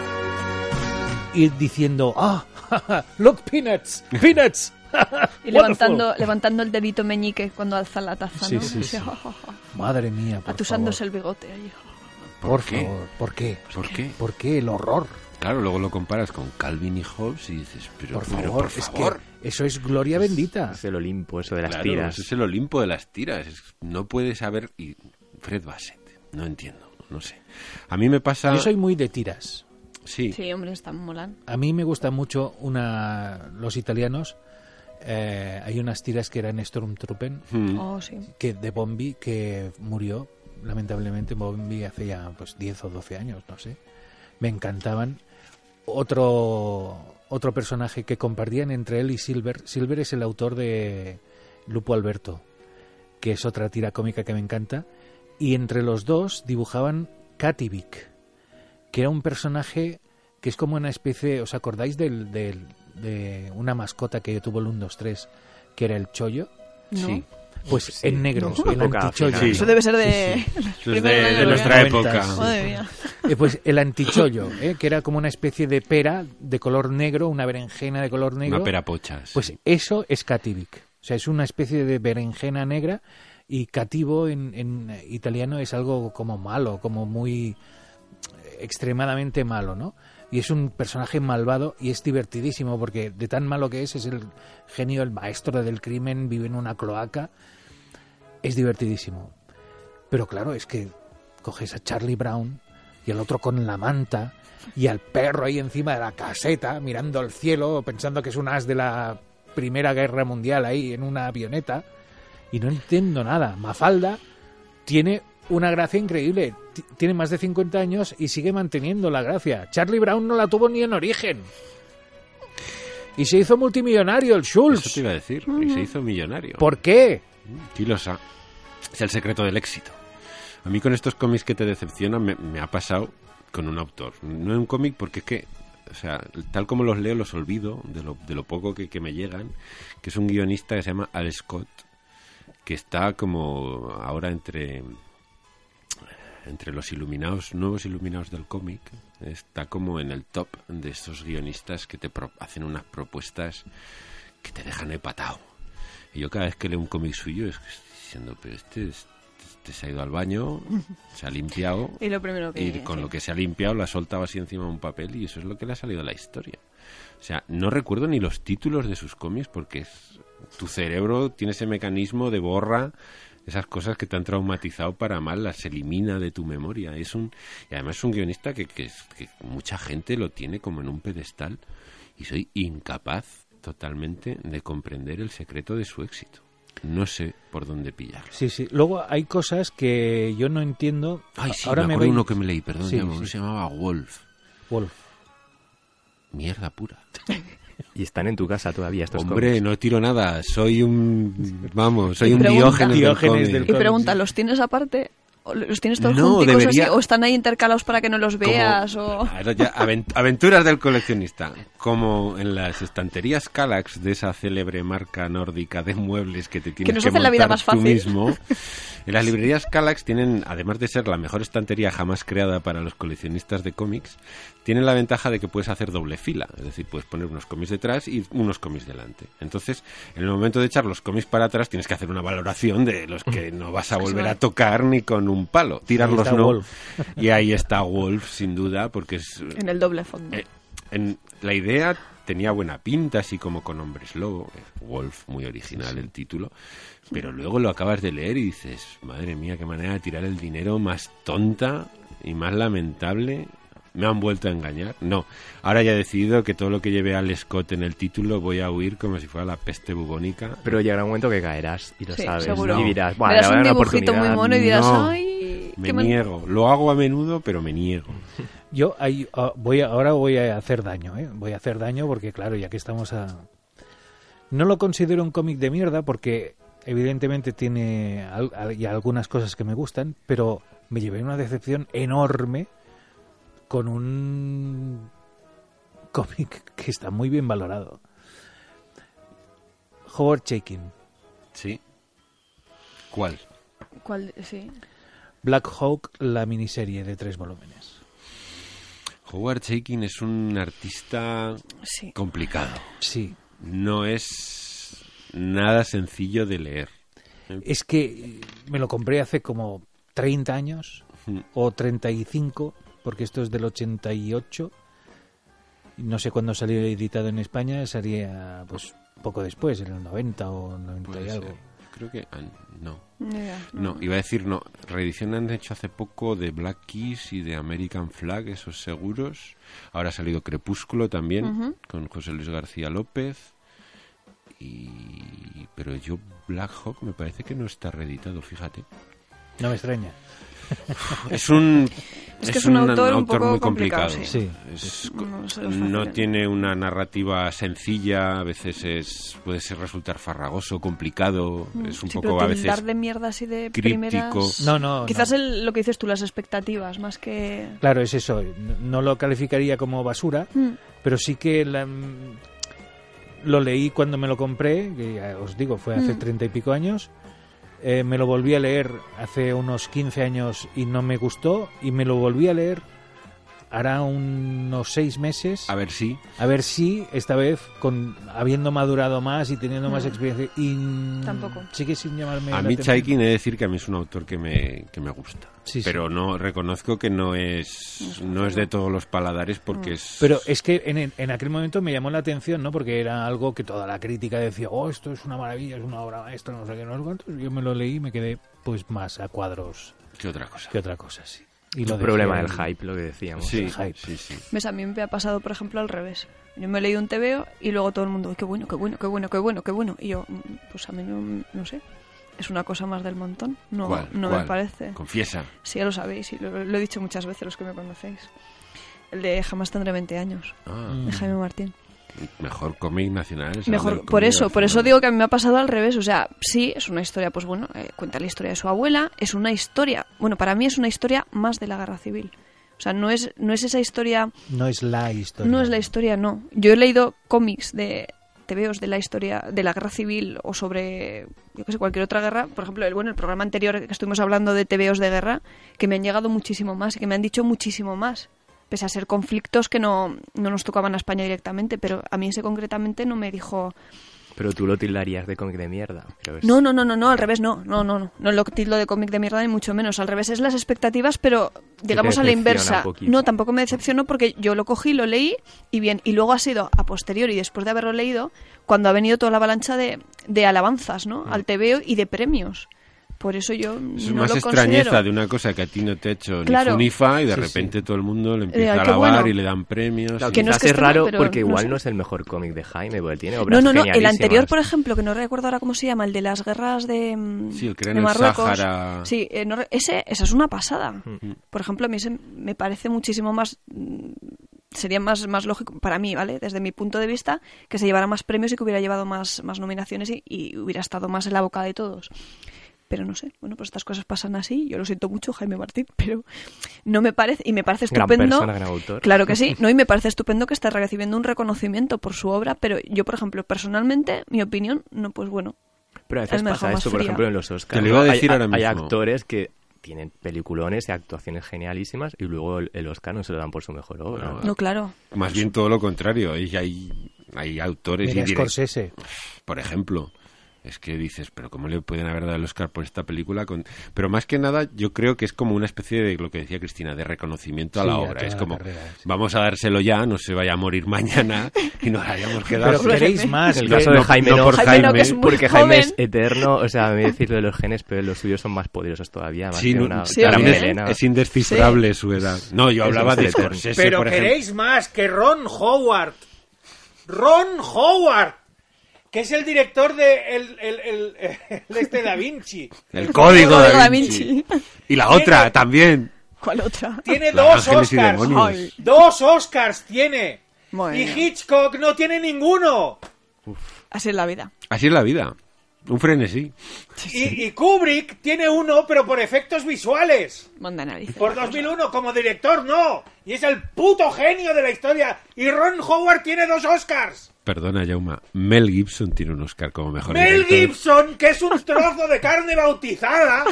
y diciendo, ¡ah! Oh, ¡look, peanuts! ¡Peanuts! Y levantando, levantando el dedito meñique cuando alza la taza, sí, ¿no? Sí, sí. Oh, oh, oh. Madre mía, por atusándose favor. el bigote ahí. ¿Por, por qué? favor, ¿por qué? ¿Por qué? ¿Por qué el horror? Claro, luego lo comparas con Calvin y Hobbes y dices, pero por pero, favor, por favor. Es que eso es gloria bendita. Es el Olimpo, eso de las claro, tiras. Eso es el Olimpo de las tiras. Es, no puedes saber... Y Fred Bassett, no entiendo, no sé. A mí me pasa... Yo soy muy de tiras. Sí. Sí, hombre, están molando. A mí me gusta mucho una los italianos. Eh, hay unas tiras que eran Stormtruppen, Mm. Oh, sí. que de Bombi, que murió lamentablemente. Bombi hace ya pues diez o doce años, no sé. Me encantaban. Otro otro personaje que compartían entre él y Silver. Silver es el autor de Lupo Alberto, que es otra tira cómica que me encanta. Y entre los dos dibujaban Kativik, que era un personaje que es como una especie... ¿Os acordáis del, del, de una mascota que tuvo el uno dos tres, que era el Chollo? No. Sí. Pues Sí, en negro, en su el época antichollo. final, Eso ¿no? debe ser de... Eso es primeros de, años de nuestra noventas. época. Madre mía. Eh, pues el antichollo, ¿eh? que era como una especie de pera de color negro, una berenjena de color negro. Una pera pocha. Pues sí. eso es cativic. O sea, es una especie de berenjena negra, y cativo en, en italiano es algo como malo, como muy extremadamente malo, ¿no? Y es un personaje malvado y es divertidísimo porque de tan malo que es, es el genio, el maestro del crimen, vive en una cloaca. Es divertidísimo. Pero claro, es que coges a Charlie Brown y al otro con la manta y al perro ahí encima de la caseta mirando al cielo pensando que es un as de la Primera Guerra Mundial ahí en una avioneta, y no entiendo nada. Mafalda tiene una gracia increíble, T- tiene más de cincuenta años y sigue manteniendo la gracia. Charlie Brown no la tuvo ni en origen y se hizo multimillonario el Eso te Schultz. iba a decir. Y se hizo millonario. ¿Por qué? Kilosa. Es el secreto del éxito. A mí con estos cómics que te decepcionan me, me ha pasado con un autor. No en un cómic porque es que, o sea, tal como los leo los olvido de lo, de lo poco que, que me llegan, que es un guionista que se llama Al Scott, que está como ahora entre entre los iluminados, nuevos iluminados del cómic, está como en el top de estos guionistas que te pro- hacen unas propuestas que te dejan hepatado. Y yo cada vez que leo un cómic suyo es que estoy diciendo, pero este, este se ha ido al baño, se ha limpiado, Y lo primero que... y con sí. lo que se ha limpiado lo ha soltado así encima de un papel, y eso es lo que le ha salido a la historia. O sea, no recuerdo ni los títulos de sus cómics porque es, tu cerebro tiene ese mecanismo de borra esas cosas que te han traumatizado para mal, las elimina de tu memoria. Es un, y además es un guionista que, que, que mucha gente lo tiene como en un pedestal, y soy incapaz totalmente de comprender el secreto de su éxito. No sé por dónde pillarlo. Sí, sí. Luego hay cosas que yo no entiendo. Ay, sí, Ahora me me acuerdo voy... uno que me leí, perdón, Sí, ya, uno sí. se llamaba Wolf. Wolf. Mierda pura. Y están en tu casa todavía estos Hombre, cómics. no tiro nada, soy un, vamos, soy Y un pregunta. Diógenes, Diógenes del del cómic. Y pregunta, ¿los tienes aparte? ¿O ¿Los tienes todos No, junticos debería- así? ¿O están ahí intercalados para que no los Como- veas? O... Ahora ya, avent- aventuras del coleccionista. Como en las estanterías Kallax de esa célebre marca nórdica de muebles que te tienes nos que hacen la vida montar más tú fácil. mismo. En las librerías Kallax tienen, además de ser la mejor estantería jamás creada para los coleccionistas de cómics, tienen la ventaja de que puedes hacer doble fila. Es decir, puedes poner unos cómics detrás y unos cómics delante. Entonces, en el momento de echar los cómics para atrás, tienes que hacer una valoración de los que no vas a volver a tocar ni con un palo. Tirarlos está no. Wolf. Y ahí está Wolf, sin duda, porque es... En el doble fondo. Eh, en, la idea tenía buena pinta, así como con hombres lobo. eh, Wolf, muy original el título. Pero luego lo acabas de leer y dices, madre mía, qué manera de tirar el dinero más tonta y más lamentable. ¿Me han vuelto a engañar? No. Ahora ya he decidido que todo lo que lleve Al Scott en el título voy a huir como si fuera la peste bubónica. Pero llegará un momento que caerás y lo Sí, sabes, seguro. ¿no? Y dirás, bueno, Verás le voy a un dar una dibujito muy oportunidad. mono y dirás, No, ay... Me qué man- niego. Lo hago a menudo, pero me niego. Yo ahí, ah, voy a- ahora voy a hacer daño, ¿eh? Voy a hacer daño porque, claro, ya que estamos a... No lo considero un cómic de mierda porque evidentemente tiene al- al- y algunas cosas que me gustan, pero me llevé una decepción enorme con un cómic que está muy bien valorado. Howard Chaykin, ¿Sí? ¿Cuál? ¿Cuál? Sí. Black Hawk, la miniserie de tres volúmenes. Howard Chaykin es un artista Sí. complicado. Sí, No es nada sencillo de leer. es que eh, me lo compré hace como treinta años Mm. o treinta y cinco, porque esto es del ochenta y ocho. No sé cuándo salió editado en España, salía pues poco después, en el noventa o noventa Puede y ser. algo. Creo que... ah, no. Ni idea. No, iba a decir no. Reedición han hecho hace poco de Black Keys y de American Flag, esos seguros. Ahora ha salido Crepúsculo también, Ujú. con José Luis García López. Y... Pero yo, Black Hawk, me parece que no está reeditado, fíjate. No me extraña. Es un... Es que es un autor un poco muy complicado, complicado. sí. Es- No se los no fácil. tiene una narrativa sencilla, a veces es puede ser resultar farragoso, complicado, es un Sí, poco pero a veces tildar de mierda así de críptico. primeras... No, no. Quizás no. el- lo que dices tú, las expectativas, más que... Claro, es eso. No- No lo calificaría como basura, Mm. pero sí que la- lo leí cuando me lo compré, que ya os digo, fue hace Mm. treinta y pico años, eh, me lo volví a leer hace unos quince años y no me gustó, y me lo volví a leer hará unos seis meses. A ver si. A ver si esta vez, con habiendo madurado más y teniendo más experiencia, y Tampoco. sigue sin llamarme A la mí atención. Chaikin he de decir que a mí es un autor que me, que me gusta. Sí, sí. Pero no reconozco que no es no es de todos los paladares porque es... Pero es que en, en aquel momento me llamó la atención, ¿no? Porque era algo que toda la crítica decía, oh, esto es una maravilla, es una obra maestra, no sé qué, no sé cuántos. Yo me lo leí y me quedé pues más a cuadros ¿Qué otra cosa? que otra cosa, sí. Y El lo problema dejé del ahí. hype, lo que decíamos. Sí, el hype. sí, sí. ¿Ves? A mí me ha pasado, por ejemplo, al revés. Yo me he leído un tebeo y luego todo el mundo, qué bueno, qué bueno, qué bueno, qué bueno, qué bueno. Y yo, pues a mí no, no sé. Es una cosa más del montón. No, ¿Cuál? no ¿Cuál? me parece. Confiesa. Sí, ya lo sabéis, y lo, lo he dicho muchas veces los que me conocéis. El de Jamás tendré veinte años, Ah, de Jaime Martín. mejor cómic nacional. es Mejor, el del por cómic eso, por eso nacional. digo que a mí me ha pasado al revés. O sea, sí, es una historia, pues bueno, eh, cuenta la historia de su abuela, es una historia, bueno, para mí es una historia más de la guerra civil. O sea, no es, no es esa historia, No es la historia. no es la historia, no. Yo he leído cómics de tebeos de la historia de la guerra civil o sobre, yo qué sé, cualquier otra guerra. Por ejemplo, el, bueno, el programa anterior que estuvimos hablando de tebeos de guerra, que me han llegado muchísimo más y que me han dicho muchísimo más. Pese a ser conflictos que no, no nos tocaban a España directamente, pero a mí ese concretamente no me dijo... Pero tú lo tildarías de cómic de mierda. Pero es- No, no, no, no, no, al revés, no, no, no, no, no lo tildo de cómic de mierda ni mucho menos, al revés es las expectativas, pero digamos a la decepciona inversa. un poquito. No, tampoco me decepcionó porque yo lo cogí, lo leí y bien, y luego ha sido a posteriori, después de haberlo leído, cuando ha venido toda la avalancha de, de alabanzas, ¿no? Al tebeo y de premios. Por eso yo Es no más lo extrañeza considero. de una cosa que a ti no te ha hecho Claro. ni fu ni fa y de Sí, repente todo el mundo le Eh, empieza a qué alabar bueno. y le dan premios. Claro, y- que no es quizás que es esté mal, raro pero porque no igual sé. no es el mejor cómic de Jaime, porque tiene obras No, no, no, el genialísimas. anterior, por ejemplo, que no recuerdo ahora cómo se llama, el de las guerras de, mm, Sí, el que era de en el Marruecos. Sáhara. Sí, eh, no re- ese, esa es una pasada. Por ejemplo, a mí ese me parece muchísimo más... mm, sería más, más lógico para mí, ¿vale? Desde mi punto de vista, que se llevara más premios y que hubiera llevado más, más nominaciones y, y hubiera estado más en la boca de todos. Pero no sé, bueno, pues estas cosas pasan así. Yo lo siento mucho, Jaime Martín, pero no me parece, y me parece Gran estupendo. persona, gran autor. Claro que sí, no, y me parece estupendo que esté recibiendo un reconocimiento por su obra, pero yo, por ejemplo, personalmente, mi opinión, no, pues bueno. Pero a veces me dejó pasa más eso, por fría. ejemplo, en los Oscars. Te lo iba a ¿no? decir hay, ahora hay mismo. actores que tienen peliculones y actuaciones genialísimas y luego el, el Oscar no se lo dan por su mejor obra. No, ¿no? No, claro. Más bien todo lo contrario. Y hay, hay autores Mira, y direct- Scorsese. por ejemplo. Es que dices, pero ¿cómo le pueden haber dado el Oscar por esta película? Con... Pero más que nada, yo creo que es como una especie de, lo que decía Cristina, de reconocimiento a Sí, la a obra. toda Es la como, carrera, sí. vamos a dárselo ya, no se vaya a morir mañana y nos hayamos quedado... Pero queréis más. En el que- caso de no- Jaime no no, por Jaime no, que es muy porque Jaime es joven. eterno, o sea, a mí decirlo de los genes, pero los suyos son más poderosos todavía. Más Sí, que no, una, Sí, una también ¿eh? melena. es indescifrable su edad. No, yo Eso hablaba es de el eterno. Scorsese, Pero por ejemplo. queréis más que Ron Howard. Ron Howard, que es el director de el, el, el, el este Da Vinci. El código Código da Da Vinci. Vinci. Y la otra Tiene- también. ¿Cuál otra? Tiene Los dos Ángeles y Oscars. Demonios. Ay. Dos Oscars tiene. Bueno. Y Hitchcock no tiene ninguno. Así es la vida. Así es la vida. Un frenesí. Y, y Kubrick tiene uno, pero por efectos visuales. Manda narices. Por dos mil uno, como director, no. Y es el puto genio de la historia. Y Ron Howard tiene dos Oscars. Perdona, Jauma. Mel Gibson tiene un Oscar como mejor Mel director. Gibson, que es un trozo de carne bautizada,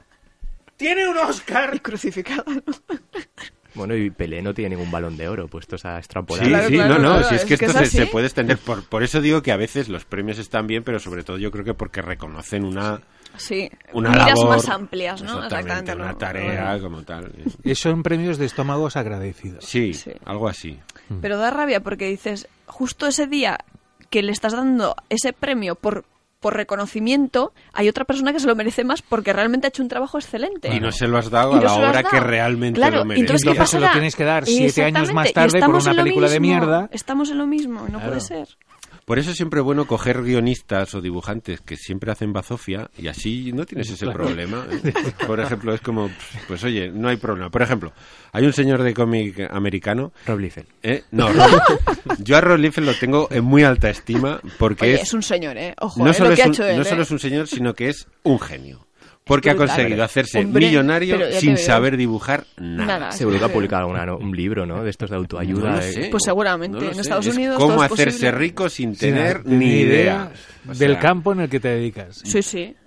tiene un Oscar. Y crucificada, ¿no? Bueno, y Pelé no tiene ningún balón de oro puestos a extrapolar. Sí, Claro, sí, claro, no, no, claro, si es es que que esto es se, se así. puede extender. Por, por eso digo que a veces los premios están bien, pero sobre todo yo creo que porque reconocen una, Sí, una miras labor, más amplias, ¿no? Exactamente, una ¿no? tarea Bueno. como tal. Esos son premios de estómagos agradecidos. Sí, Sí. algo así. Pero da rabia porque dices, justo ese día que le estás dando ese premio por, por reconocimiento, hay otra persona que se lo merece más porque realmente ha hecho un trabajo excelente. Y no se lo has dado Y a no la se lo has obra dado. que realmente Claro, lo merece. entonces, ¿qué Entonces se lo pasará? tienes que dar siete años más Exactamente, tarde y por estamos una en lo película de mismo, mierda. Estamos en lo mismo, no Claro. puede ser. Por eso es siempre bueno coger guionistas o dibujantes que siempre hacen bazofia y así no tienes ese Claro. problema. ¿eh? Por ejemplo, es como, pues oye, no hay problema. Por ejemplo, hay un señor de cómic americano. Rob Liefeld. ¿eh? No, Rob- yo a Rob Liefeld lo tengo en muy alta estima porque Oye, es, es un señor, ¿eh? Ojo, no, ¿eh? solo lo que es ha un, hecho él, no ¿eh? solo es un señor, sino que es un genio. Porque ha Brutal. conseguido hacerse Hombre, millonario pero ya te sin veo. saber dibujar nada. Nada. Seguro que ha sí. publicado alguna, ¿no? un libro, ¿no? De estos de autoayuda. No lo de- sé. Pues seguramente, No lo en sé. Estados Es Unidos cómo todo es hacerse posible. rico sin Sin tener darte ni idea. O del sea, campo en el que te dedicas. Sí, sí.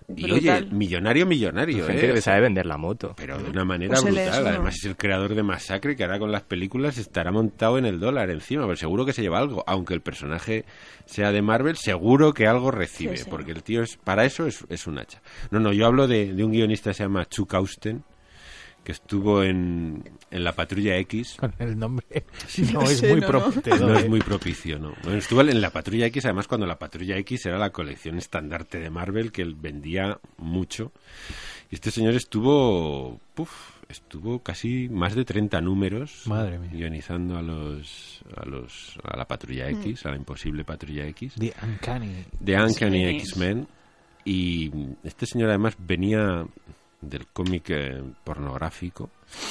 Y Brutal. oye, millonario, millonario, Gente ¿eh? que sabe vender la moto. Pero de una manera Pues él es brutal. uno. Además es el creador de Masacre, que ahora con las películas estará montado en el dólar encima, pero seguro que se lleva algo. Aunque el personaje sea de Marvel, seguro que algo recibe, Sí, sí. porque el tío es para eso es, es un hacha. No, no, yo hablo de, de un guionista que se llama Chuck Austen, que estuvo en, en La Patrulla X. Con el nombre no, No es sé, muy no, prometedor. No es ¿eh? muy propicio, ¿no? Bueno, estuvo en La Patrulla X, además cuando La Patrulla X era la colección estandarte de Marvel, que él vendía mucho. Y este señor estuvo, puf, estuvo casi más de treinta números Madre mía. guionizando a los, a los, a la Patrulla X, a la imposible Patrulla X, The Uncanny. de Uncanny Sí. X-Men. Y este señor además venía del cómic eh, pornográfico.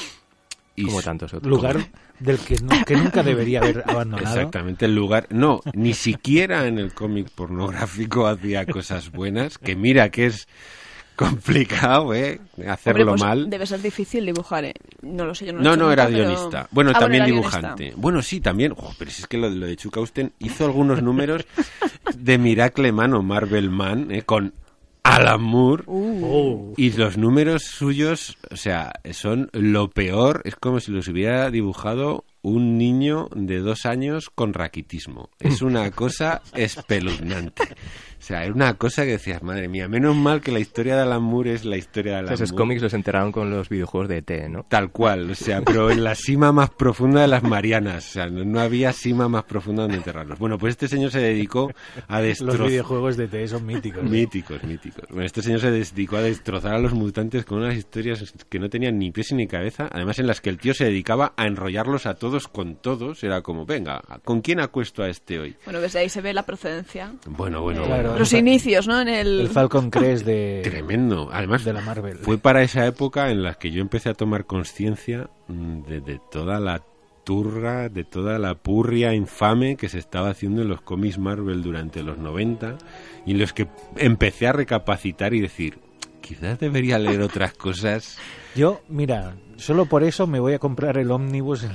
Y Como su- tantos otros. Lugar del que, nu- que nunca debería haber abandonado. Exactamente, el lugar. No, ni siquiera en el cómic pornográfico hacía cosas buenas. Que mira que es complicado, ¿eh? Hacerlo Hombre, pues mal. debe ser difícil dibujar, ¿eh? No lo sé, yo no lo he No, hecho no, era nunca, pero- guionista. Bueno, Ah, también era dibujante. guionista. Bueno, sí, también. Oh, pero si es que lo, de- lo de Chuck Austen hizo algunos números de Miracle Man o Marvel Man, ¿eh? Con Alan Moore. Oh. Y los números suyos, o sea, son lo peor. Es como si los hubiera dibujado un niño de dos años con raquitismo. Es una cosa espeluznante. O sea, era una cosa que decías, madre mía, menos mal que la historia de Alan Moore es la historia de Alan Esos Moore. cómics los enteraron con los videojuegos de E T, ¿no? Tal cual, o sea, pero en la cima más profunda de las Marianas. O sea, no, no había cima más profunda donde enterrarlos. Bueno, pues este señor se dedicó a Los destrozar... videojuegos de T son míticos. ¿eh? Míticos, míticos. Bueno, este señor se dedicó a destrozar a los mutantes con unas historias que no tenían ni pies ni cabeza, además en las que el tío se dedicaba a enrollarlos a todos con todos. Era como, venga, ¿con quién acuesto a este hoy? Bueno, desde ahí se ve la procedencia. Bueno, bueno, Claro. bueno. Los inicios, ¿no? En el... El Falcon Crest de, Tremendo. Además, de la Marvel. fue para esa época en la que yo empecé a tomar conciencia mm, de, de toda la turra, de toda la purria infame que se estaba haciendo en los cómics Marvel durante los noventa, y en los que empecé a recapacitar y decir, quizás debería leer otras cosas. Yo, mira, solo por eso me voy a comprar el ómnibus.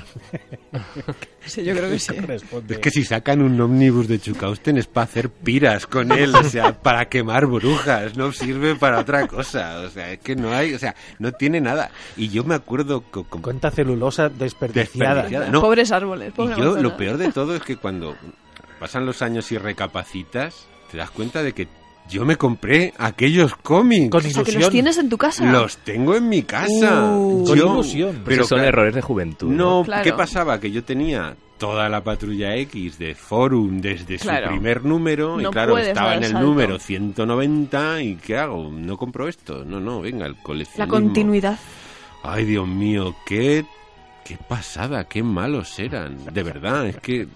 Sí, yo creo que sí. Corresponde. Es que si sacan un ómnibus de Chuck Austen es para hacer piras con él, o sea, para quemar brujas, no sirve para otra cosa, o sea, es que no hay, o sea, no tiene nada. Y yo me acuerdo co- con, Cuánta celulosa desperdiciada. Desperdiciada. No. Pobres árboles, y pobre yo manzana. lo peor de todo es que cuando pasan los años y recapacitas, te das cuenta de que yo me compré aquellos cómics. Con O sea, que ilusión. los tienes en tu casa. Los tengo en mi casa. Uh. Con Yo- ilusión. Pero Pero son claro, errores de juventud. no, Claro. ¿qué pasaba? Que yo tenía toda la Patrulla X de Forum desde Claro. su primer número, No y claro, puedes estaba dar en el el salto. número ciento noventa, y ¿qué hago? ¿No compro esto? No, no, venga, el La coleccionismo. continuidad. Ay, Dios mío, qué, qué pasada, qué malos eran. De verdad, es que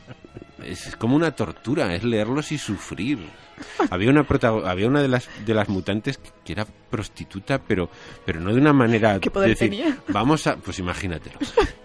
es como una tortura, es leerlos y sufrir. Había una protago- había una de las de las mutantes que era prostituta, pero pero no de una manera ¿Qué poder de decir, tenía? vamos a, pues imagínatelo.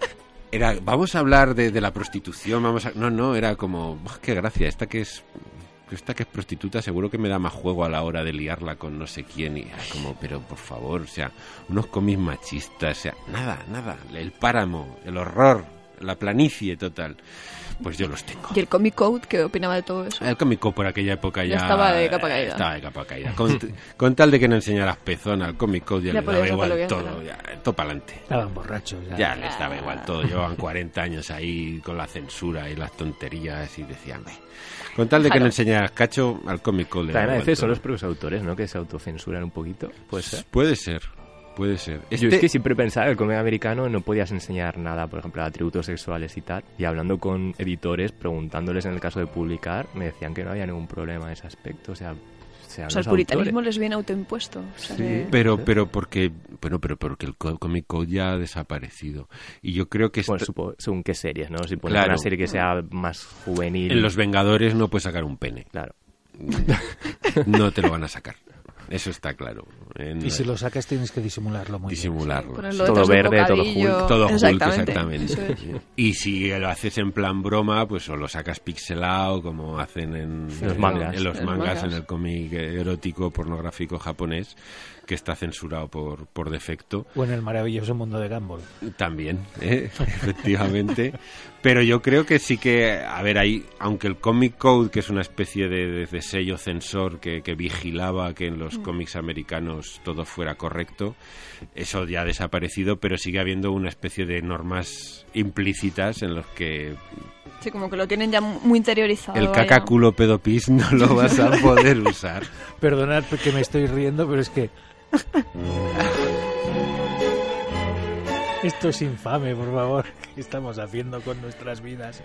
Era, vamos a hablar de, de la prostitución, vamos a, no, no, era como, "Buah, qué gracia, esta que es esta que es prostituta seguro que me da más juego a la hora de liarla con no sé quién", y era como, pero por favor, o sea, unos cómics machistas, o sea, nada, nada, el páramo, el horror, la planicie total. Pues yo los tengo. ¿Y el Comic Code qué opinaba de todo eso? El cómico por aquella época ya, Ya estaba de capa caída. Estaba de capa caída. Con, con tal de que no enseñaras pezón al Comic Code, ya, Ya les podías daba igual hacer lo que todo, ya, todo para adelante. Estaban borrachos. Ya. Ya les daba igual todo. Llevaban cuarenta años ahí con la censura y las tonterías y decían, "Meh". Con tal de que Claro. no enseñaras cacho al Comic Code. le daba También a igual veces son todo. los propios autores, ¿no? Que se autocensuran un poquito. Puede ser. Puede ser, puede ser. Yo Este- es que siempre pensaba que el cómic americano no podías enseñar nada, por ejemplo, atributos sexuales y tal. Y hablando con editores, preguntándoles en el caso de publicar, me decían que no había ningún problema en ese aspecto. O sea, sean O sea, el los puritanismo autores. les viene autoimpuesto. O sea, Sí. que- Pero, pero porque, bueno, pero porque el co- Comic Code ya ha desaparecido. Y yo creo que Bueno, esta- supo- según qué series, ¿no? Si pones Claro. una serie que sea más juvenil. en Los Vengadores no puedes sacar un pene. Claro. No te lo van a sacar. Eso está claro. En- Y si lo sacas tienes que disimularlo muy disimularlo. ponerlo Todo detrás de un verde, todo bocadillo. Todo Hulk, Exactamente. exactamente. Eso es. Y si lo haces en plan broma, pues o lo sacas pixelado, como hacen en Los mangas. en los Los mangas, mangas. en el cómic erótico pornográfico japonés, que está censurado por, por defecto. O en el maravilloso mundo de Gumball. También, ¿eh? Efectivamente. Pero yo creo que sí que, a ver, ahí, aunque el Comic Code, que es una especie de, de, de sello censor que, que vigilaba que en los mm. cómics americanos todo fuera correcto, eso ya ha desaparecido, pero sigue habiendo una especie de normas implícitas en los que... Sí, como que lo tienen ya muy interiorizado. El caca, culo, pedo, pis no lo vas a poder usar. Perdonad que me estoy riendo, pero es que... Esto es infame, por favor. ¿Qué estamos haciendo con nuestras vidas?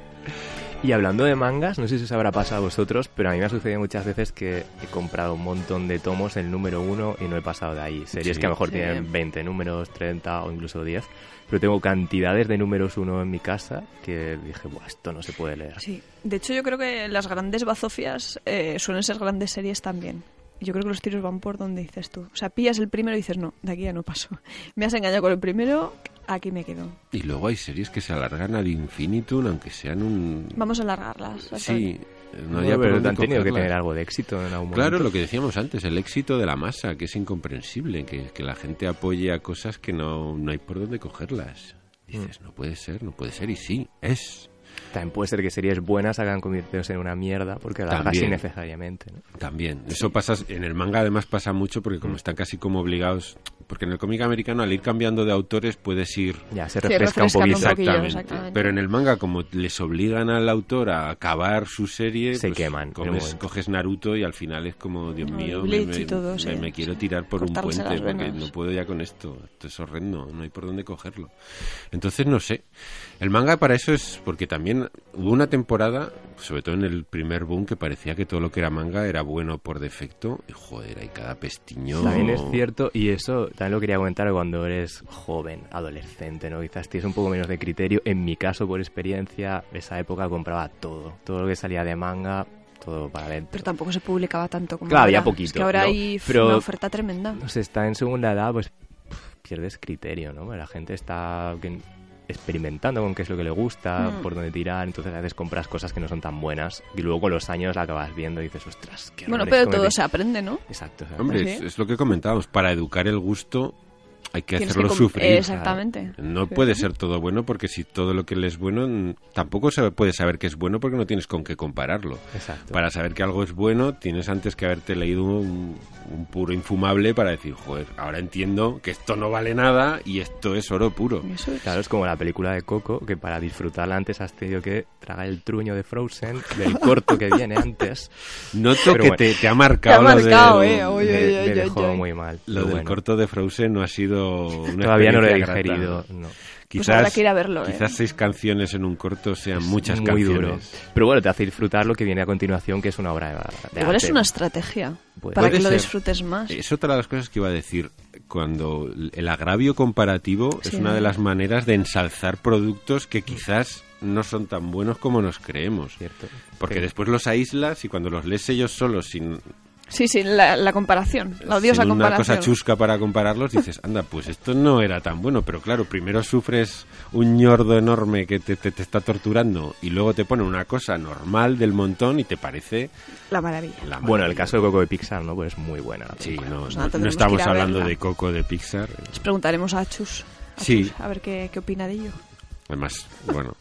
Y hablando de mangas, no sé si os habrá pasado a vosotros, pero a mí me ha sucedido muchas veces que he comprado un montón de tomos, el número uno, y no he pasado de ahí. Series sí, que a lo mejor sí. tienen veinte números, treinta o incluso diez, pero tengo cantidades de números uno en mi casa que dije, buah, esto no se puede leer. Sí, de hecho yo creo que las grandes bazofias eh, suelen ser grandes series también. Yo creo que los tiros van por donde dices tú. O sea, pillas el primero y dices, no, de aquí ya no paso. Me has engañado con el primero, aquí me quedo. Y luego hay series que se alargan ad infinitum, aunque sean un... Vamos a alargarlas. Sí. No, no pero han tenido cogerlas. Que tener algo de éxito en algún momento. Claro, lo que decíamos antes, el éxito de la masa, que es incomprensible, que, que la gente apoye a cosas que no, no hay por dónde cogerlas. Dices, mm. no puede ser, no puede ser, y sí, es... También puede ser que series buenas hagan convertirse en una mierda porque la hagas innecesariamente, ¿no? También. Eso pasa, en el manga además pasa mucho porque como mm. están casi como obligados... Porque en el cómic americano, al ir cambiando de autores, puedes ir... Ya, se refresca sí, un poquito. Exactamente. Un poquillo, exactamente. Pero en el manga, como les obligan al autor a acabar su serie... Se pues, queman. Comes, coges Naruto y al final es como, Dios no, mío, me, me, todo, me, sí. me quiero tirar por un puente porque no puedo ya con esto. Esto es horrendo, no hay por dónde cogerlo. Entonces, no sé. El manga para eso es... Porque también hubo una temporada, sobre todo en el primer boom, que parecía que todo lo que era manga era bueno por defecto. Y joder, hay cada pestiño... También es cierto, y eso... También lo quería comentar cuando eres joven, adolescente, ¿no? Quizás tienes un poco menos de criterio. En mi caso, por experiencia, esa época compraba todo. Todo lo que salía de manga, todo para adentro. Pero tampoco se publicaba tanto como claro, ahora. Había poquito. Es que ahora ¿no? hay Pero, una oferta tremenda. No sé, está en segunda edad, pues pff, pierdes criterio, ¿no? La gente está... experimentando con qué es lo que le gusta, mm. por dónde tirar, entonces a veces compras cosas que no son tan buenas y luego con los años la acabas viendo y dices, ostras, qué bueno, pero todo se aprende, ¿no? Exacto. Hombre, ¿sí? es, es lo que comentábamos, para educar el gusto hay que Tienes hacerlo que sufrir. Exactamente. No sí. puede ser todo bueno porque si todo lo que le es bueno, tampoco se puede saber que es bueno porque no tienes con qué compararlo. Exacto. Para saber que algo es bueno, tienes antes que haberte leído un, un puro infumable para decir, joder, ahora entiendo que esto no vale nada y esto es oro puro. Eso es. Claro, es como la película de Coco, que para disfrutarla antes has tenido que tragar el truño de Frozen, del corto que viene antes. Noto Pero que bueno, te, te ha marcado, te ha marcado lo de, eh. Oye, me, oye, me oye, dejó oye. muy mal. Lo del bueno. corto de Frozen no ha sido una Todavía no lo he grata. digerido, no. Quizás, pues habrá que ir a verlo, quizás ¿eh? seis canciones en un corto sean es muchas muy canciones. Duro. Pero bueno, te hace disfrutar lo que viene a continuación, que es una obra de, de Igual arte. es una estrategia Puede. para Puede que lo ser. disfrutes más. Es otra de las cosas que iba a decir. Cuando el agravio comparativo sí, es una de las maneras de ensalzar productos que quizás no son tan buenos como nos creemos. Cierto. Porque sí. después los aíslas y cuando los lees ellos solos sin... Sí, sí, la, la comparación, la odiosa sin comparación. una cosa chusca para compararlos, dices, anda, pues esto no era tan bueno, pero claro, primero sufres un ñordo enorme que te, te, te está torturando y luego te ponen una cosa normal del montón y te parece... La maravilla. La maravilla. Bueno, el caso de Coco de Pixar, ¿no? Pues es muy buena la Sí, no, Pues no, nada, no estamos que ir a hablando verla. de Coco de Pixar. Les preguntaremos a Chus, a, Sí. Chus, a ver qué, qué opina de ello. Además, bueno...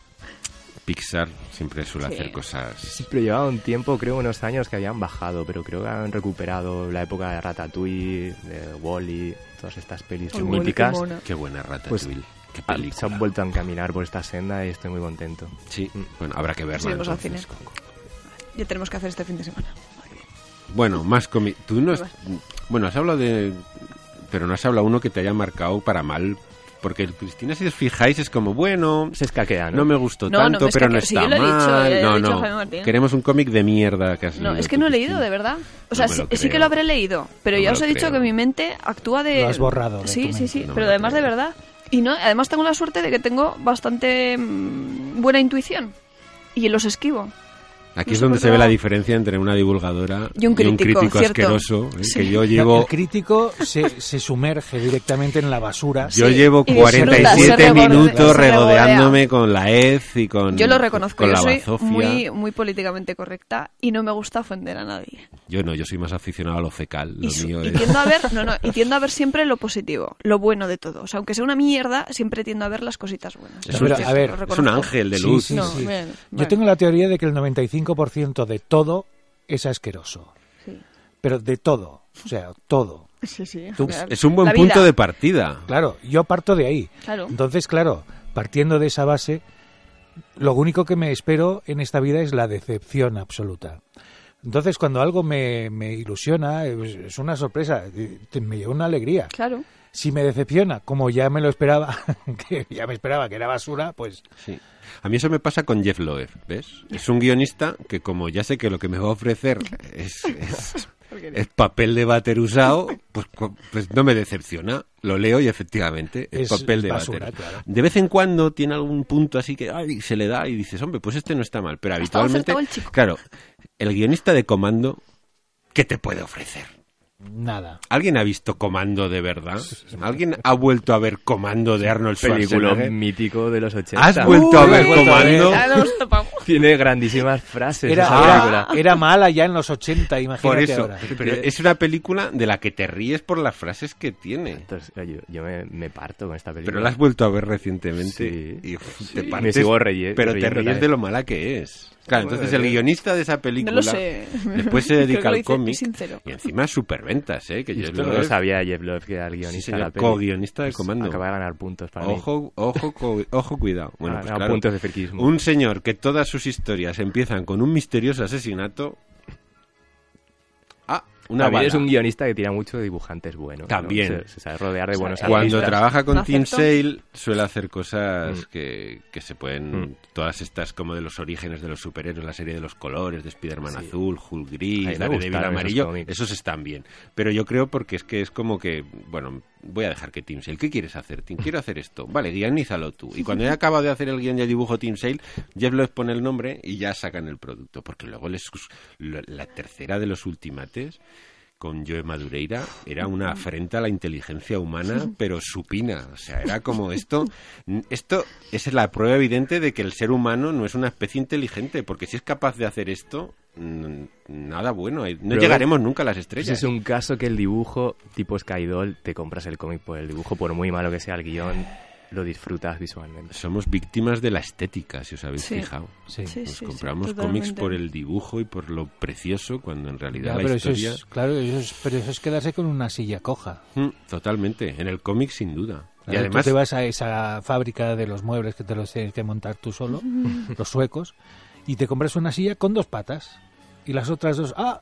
Pixar siempre suele Sí. hacer cosas... Sí, pero llevaba un tiempo, creo unos años que habían bajado, pero creo que han recuperado la época de Ratatouille, de Wall-E, todas estas pelis Uy, míticas. qué mona. Qué buena Ratatouille, Pues, qué ah, película. se han vuelto a encaminar por esta senda y estoy muy contento. Sí, bueno, habrá que verla. Sí, vamos al entonces, cine. Coco. Ya tenemos que hacer este fin de semana. Bueno, más comi... Tú no has... Bueno, has hablado de... Pero no has hablado uno que te haya marcado para mal... Porque Cristina, si os fijáis, es como, bueno... Se escaquea, ¿no? No me gustó No, tanto, no me pero no escaquea. está Sí, yo lo he dicho, mal. yo lo he no, dicho a no. Jaime Martín. Queremos un cómic de mierda que has No, leído es que tú, no he leído, Cristina. de verdad. O sea, No me sí, lo sí que creo. lo habré leído, pero No ya me os lo he dicho creo. que mi mente actúa de... Lo has borrado de Sí, tu sí, mente. sí, No me pero lo además de creo. verdad. Y no, además tengo la suerte de que tengo bastante mm, buena intuición. Y los esquivo. Aquí No es sé donde por se qué ve no. la diferencia entre una divulgadora Y un crítico, cierto. asqueroso, ¿eh? Sí. Que yo El llevo... crítico se, se sumerge directamente en la basura. Yo Sí, llevo y cuarenta y disfruta, siete se reborde- minutos se regodeándome con la hez y con, Yo lo reconozco, con yo la soy bazofia. muy, muy políticamente correcta y no me gusta ofender a nadie. Yo no, yo soy más aficionado a lo fecal. Lo Y, su- mío y es... tiendo a ver, no, no, y tiendo a ver siempre lo positivo, lo bueno de todo. O sea, aunque sea una mierda, siempre tiendo a ver las cositas buenas. Es Eso un- sí, a ver, lo Es un reconozco. ángel de Sí, luz. sí, No, sí. bien, Yo bueno, tengo la teoría de que el noventa y cinco por ciento de todo es asqueroso. sí. Pero de todo. O sea, todo. Sí, sí, Tú- claro. Es un buen La punto vida, de partida. Claro, yo parto de ahí. Claro. Entonces, claro, partiendo de esa base, lo único que me espero en esta vida es la decepción absoluta. Entonces, cuando algo me, me ilusiona, es es una sorpresa, te- me lleva una alegría. Claro. Si me decepciona, como ya me lo esperaba, que ya me esperaba que era basura, pues Sí. A mí eso me pasa con Jeff Loeb, ¿ves? Es un guionista que como ya sé que lo que me va a ofrecer es, es, es papel de váter usado, pues, co- pues no me decepciona. Lo leo y efectivamente es, Es papel de basura, váter. claro. De vez en cuando tiene algún punto así que ay, se le da y dices, hombre, pues este no está mal. Pero Estaba habitualmente, acertado el chico. claro, el guionista de Comando, ¿qué te puede ofrecer? nada. ¿Alguien ha visto Comando de verdad? ¿Alguien ha vuelto a ver Comando de Arnold Película Schwarzenegger? mítico de los ochenta. ¿Has vuelto a ver Uy, Comando? Ya nos topamos. Tiene grandísimas frases Era, esa era- película. era mala ya en los ochenta, imagínate Por eso, ahora. pero es una película de la que te ríes por las frases que tiene. Entonces, yo, yo me, me parto con esta película. Pero la has vuelto a ver recientemente Sí. y uf, te Me partes, sigo reye- pero te riendo ríes también. de lo mala que es. Claro, Bueno, entonces el eh, guionista de esa película No lo sé. después se Creo dedica que lo al dice cómic sincero. y encima superventas, ¿eh? Que Y Jeff esto no Loeb- lo sabía Jeff Loeb, que era el sí, guionista señor, de la peli. co-guionista de Pues Comando. Acaba de ganar puntos para mí. Ojo, ojo, co- ojo, cuidado. Bueno, Ha pues ganado claro, puntos de friquismo. un señor que todas sus historias empiezan con un misterioso asesinato. Ah, una También bala. es un guionista que tira mucho de dibujantes buenos. ¿no? También. Se, se sabe rodear de O sea, buenos Cuando artistas. trabaja con ¿No Tim acertó? Sale suele hacer cosas Mm. que, que se pueden... Mm. Todas estas como de los orígenes de los superhéroes, la serie de los colores, de Spider-Man Sí. azul, Hulk gris, A mí me Daredevil gustaron esos amarillo, cómics. esos están bien. Pero yo creo porque es que es como que... Bueno, voy a dejar que Tim Sale... ¿Qué quieres hacer, Tim? Quiero hacer esto. Vale, guionízalo tú. Y cuando he acabado de hacer el guion y el dibujo Tim Sale, Jeff Loeb pone el nombre y ya sacan el producto. Porque luego les, la la tercera de los Ultimates... con Joe Madureira era una afrenta a la inteligencia humana, pero supina. O sea, era como esto... Esto es la prueba evidente de que el ser humano no es una especie inteligente, porque si es capaz de hacer esto, mm, nada bueno. No Pero llegaremos nunca a las Ese estrellas. es un caso que el dibujo, tipo Skydoll, te compras el cómic por el dibujo, por muy malo que sea el guión, lo disfrutas visualmente. Somos víctimas de la estética, si os habéis Sí. fijado. Sí. Sí, Nos sí, sí, compramos totalmente. cómics por el dibujo y por lo precioso, cuando en realidad Ya, la pero historia... eso es, claro, eso es, pero eso es quedarse con una silla coja. Mm, totalmente. En el cómic, sin duda. Y Claro, además... tú te vas a esa fábrica de los muebles que te los tienes que montar tú solo, los suecos, y te compras una silla con dos patas. Y las otras dos, ¡ah!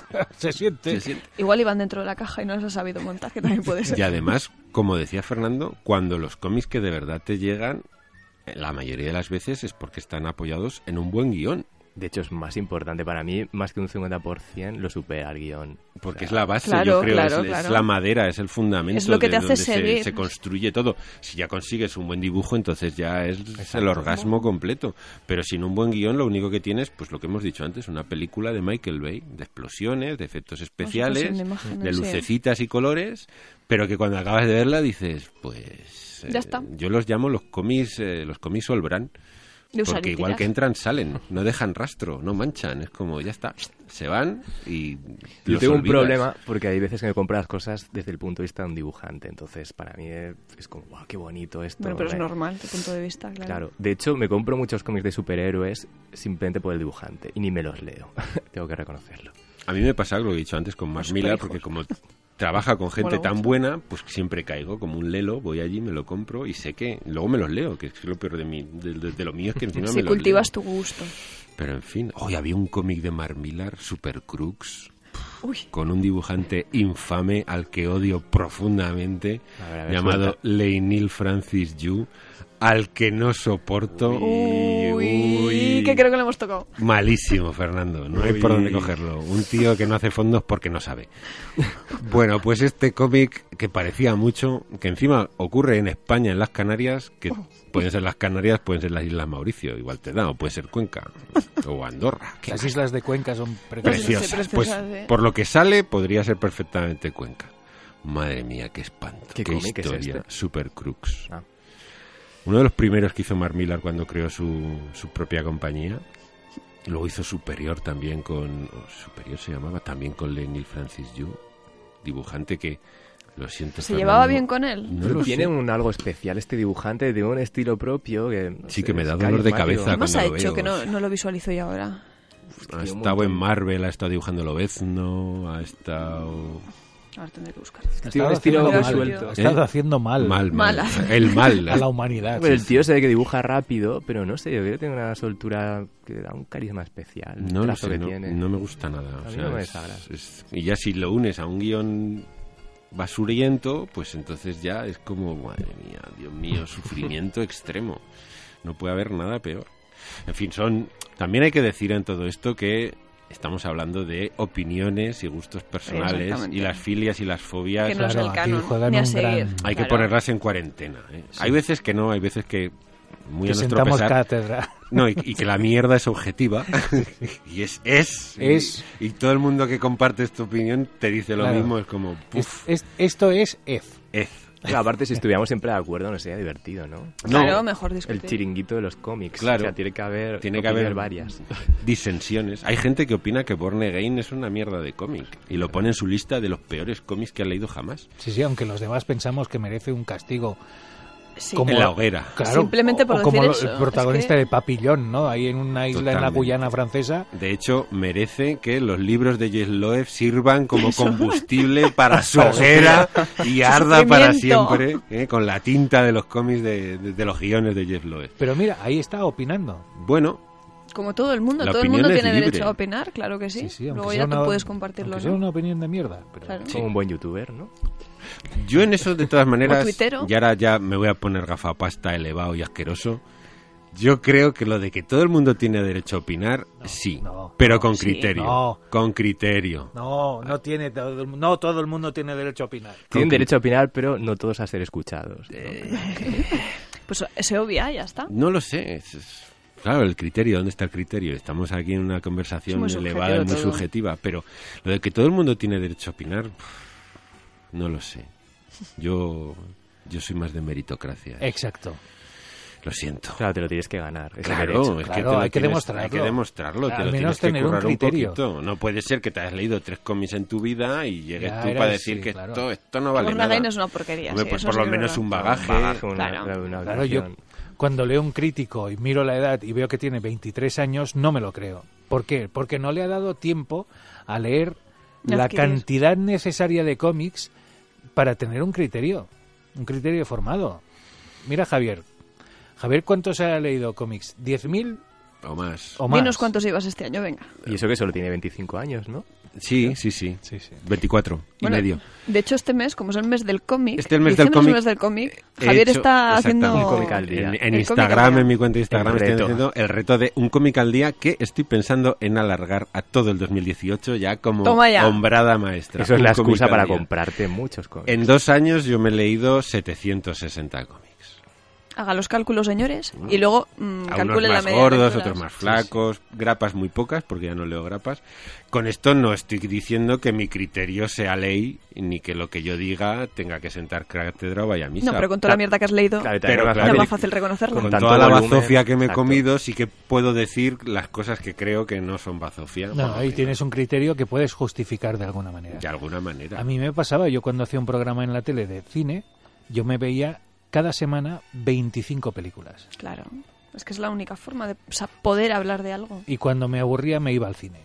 se siente. se siente. Igual iban dentro de la caja y no las has sabido montar, que también puede ser. Y además, como decía Fernando, cuando los cómics que de verdad te llegan, la mayoría de las veces es porque están apoyados en un buen guión. De hecho, es más importante para mí, más que un cincuenta por ciento, lo supera el guión. Porque O sea, es la base, Claro, yo creo, claro, es, es claro. la madera, es el fundamento Es lo que de te hace donde se, seguir. se construye todo. Si ya consigues un buen dibujo, entonces ya es Exacto. el orgasmo completo. Pero sin un buen guión, lo único que tienes, pues lo que hemos dicho antes, una película de Michael Bay, de explosiones, de efectos especiales, explosión de imágenes, de sí. lucecitas y colores, pero que cuando acabas de verla dices, pues... Ya eh, está. Yo los llamo los cómics, eh, los cómics Olbrán. De usar Porque y igual tirar. que entran, salen, no dejan rastro, no manchan, es como, ya está, se van y Yo los tengo un olvidas. problema porque hay veces que me compro las cosas desde el punto de vista de un dibujante. Entonces, para mí es, es como, wow, qué bonito esto. Bueno, pero es Me- normal, tu punto de vista, claro. Claro, de hecho me compro muchos cómics de superhéroes simplemente por el dibujante y ni me los leo, tengo que reconocerlo. A mí me pasa algo que he dicho antes con Mark Los Millar, superhijos. porque como trabaja con gente Mola tan mucho. buena, pues siempre caigo como un lelo, voy allí, me lo compro y sé que luego me los leo, que es lo peor de, mí, de, de- de lo mío es que encima Si me los cultivas leo. tu gusto. Pero en fin, hoy había un cómic de Mark Millar, Super Crux. Uy. con un dibujante infame al que odio profundamente, A ver, a ver, llamado suelta. Leinil Francis Yu, al que no soporto. Uy, Uy. que creo que lo hemos tocado. Malísimo, Fernando. No hay Uy. por dónde cogerlo. Un tío que no hace fondos porque no sabe. Bueno, pues este cómic que parecía mucho, que encima ocurre en España, en las Canarias, que pueden ser las Canarias, pueden ser las Islas Mauricio, igual te da, o puede ser Cuenca, o Andorra. Qué Las islas de Cuenca son preciosas. preciosas. Preciosas, Pues eh. por lo que sale, podría ser perfectamente Cuenca. Madre mía, qué espanto. ¿Qué Qué, cómic es historia. este? Super Crux. Ah. Uno de los primeros que hizo Mark Millar cuando creó su, su propia compañía. Luego hizo Superior también con... oh, Superior se llamaba también con Leinil Francis Yu. Dibujante que... Lo siento, ¿Se Fernando, llevaba bien con él? No lo Tiene sé. un algo especial este dibujante, tiene un estilo propio que... no Sí, sé, que me da es dolor de carismático. cabeza. ¿Qué más ha cuando lo hecho veo. que no, no lo visualizo yo ahora? Ha Tiene un estado en montón. Marvel, ha estado dibujando Lobezno, ha estado... Ahora tendré que buscar. Ha Tiene un estado estilo haciendo muy mal, suelto. Ha estado ¿Eh? haciendo mal, Mal, mal. Mala. El mal. a la humanidad. Pero sí, el tío se ve que dibuja rápido, pero no sé, yo creo que tiene una soltura que da un carisma especial. el No lo trazo sé, que no, tiene. no me gusta nada. A O mí sea, no me es- desagrada. es- y ya si lo unes a un guión basuriento, pues entonces ya es como, madre mía, Dios mío, sufrimiento extremo. No puede haber nada peor. En fin, son... También hay que decir en todo esto que estamos hablando de opiniones y gustos personales Exactamente. y las filias y las fobias. Que no es Claro, el aquí canon, juegan ni a un seguir. gran- Hay que Claro. ponerlas en cuarentena. ¿eh? Hay veces que no, hay veces que muy Que a nuestro sentamos pesar. cátedra. No, y, y que la mierda es objetiva. y es es. y- Es. Y, todo el mundo que comparte esta opinión te dice lo Claro. mismo. Es como, puf, Es- es- esto es F. ez. Claro, aparte, si estuviéramos siempre de acuerdo, no sería divertido, ¿no? Claro, mejor El discutir. chiringuito de los cómics. Claro. O sea, tiene que haber, Tiene que opiniones haber varias. disensiones. Hay gente que opina que Born Again es una mierda de cómic. Y lo pone en su lista de los peores cómics que ha leído jamás. Sí, sí, aunque los demás pensamos que merece un castigo. Sí. Como- En la hoguera. Claro, Simplemente por o como decir lo- eso, el protagonista es que- de Papillón, ¿no? Ahí en una isla en la Totalmente. Guyana francesa. De hecho, merece que los libros de Jess Loeb sirvan como combustible para su hoguera y arda para sufrimiento. siempre, ¿eh? Con la tinta de los cómics de, de- de los guiones de Jess Loeb. Pero mira, ahí está opinando. Bueno, Como todo el mundo, La todo el opinión mundo es tiene libre. derecho a opinar, claro que sí. Sí, sí, aunque Luego sea ya tú una- puedes compartirlo, aunque sea ¿no? una opinión de mierda. Pero... Claro. Como un buen youtuber, ¿no? yo en eso de todas maneras, tuitero. y ahora ya me voy a poner gafapasta elevado y asqueroso. Yo creo que lo de que todo el mundo tiene derecho a opinar, sí, no, pero no, con sí. criterio, No. con criterio. No, no tiene todo el, no todo el mundo tiene derecho a opinar. Tienen Con- derecho a opinar, pero no todos a ser escuchados. ¿no? Pues se obvia, ya está. No lo sé, es- es- claro, el criterio, ¿dónde está el criterio? Estamos aquí en una conversación Es muy elevada y muy subjetivo todo. subjetiva, pero lo de que todo el mundo tiene derecho a opinar, no lo sé. Yo, yo soy más de meritocracia. Exacto. Lo siento. Claro, te lo tienes que ganar. ese Claro, derecho. es que Claro, te lo hay que tienes- demostrarlo. Hay que demostrarlo, te Al lo menos tienes que tener un currar un, criterio. poquito. No puede ser que te hayas leído tres cómics en tu vida y llegues Ya tú era para así, decir que claro. esto, esto no vale Born nada. Again es una porquería, Hombre, sí, pues eso por sí lo que es menos verdad. un bagaje. Bagaje, una, Claro. una Claro, yo educación. cuando leo un crítico y miro la edad y veo que tiene veintitrés años, no me lo creo. ¿Por qué? Porque no le ha dado tiempo a leer la Adquirir. cantidad necesaria de cómics para tener un criterio, un criterio formado. Mira Javier. Javier, ¿cuántos ha leído cómics? ¿diez mil O más. o más? Dinos cuántos llevas este año, venga. Y eso que solo tiene veinticinco años, ¿no? Sí, sí, sí. Sí, sí. veinticuatro Bueno, y medio. De hecho, este mes, como es el mes del cómic, Este es el mes del diciembre es cómic. el mes del cómic, He Javier hecho- está exacto, haciendo... un cómic al día. En, en El cómic Instagram, al día. en mi cuenta de Instagram, El estoy reto. haciendo el reto de un cómic al día que estoy pensando en alargar a todo el dos mil dieciocho ya como Toma ya. hombrada maestra. Eso es Un la cómic excusa al para día. comprarte muchos cómics. En dos años yo me he leído setecientos sesenta cómics. Haga los cálculos, señores, y luego mm, A unos calcule la más media de gordos, lecturas. otros más flacos, grapas muy pocas, porque ya no leo grapas. Con esto no estoy diciendo que mi criterio sea ley, ni que lo que yo diga tenga que sentar cátedra o vaya a misa. No, pero con toda la mierda que has leído, Claro, y Pero también más claro, es fácil. más fácil reconocerlo. Con Con tanto toda la volumen, bazofia que me he exacto. comido, sí que puedo decir las cosas que creo que no son bazofia. No, por ahí lo tienes un criterio que puedes justificar de alguna manera. De alguna manera. A mí me pasaba, yo cuando hacía un programa en la tele de cine, yo me veía cada semana veinticinco películas. Claro, es que es la única forma de o sea, poder hablar de algo. Y cuando me aburría me iba al cine.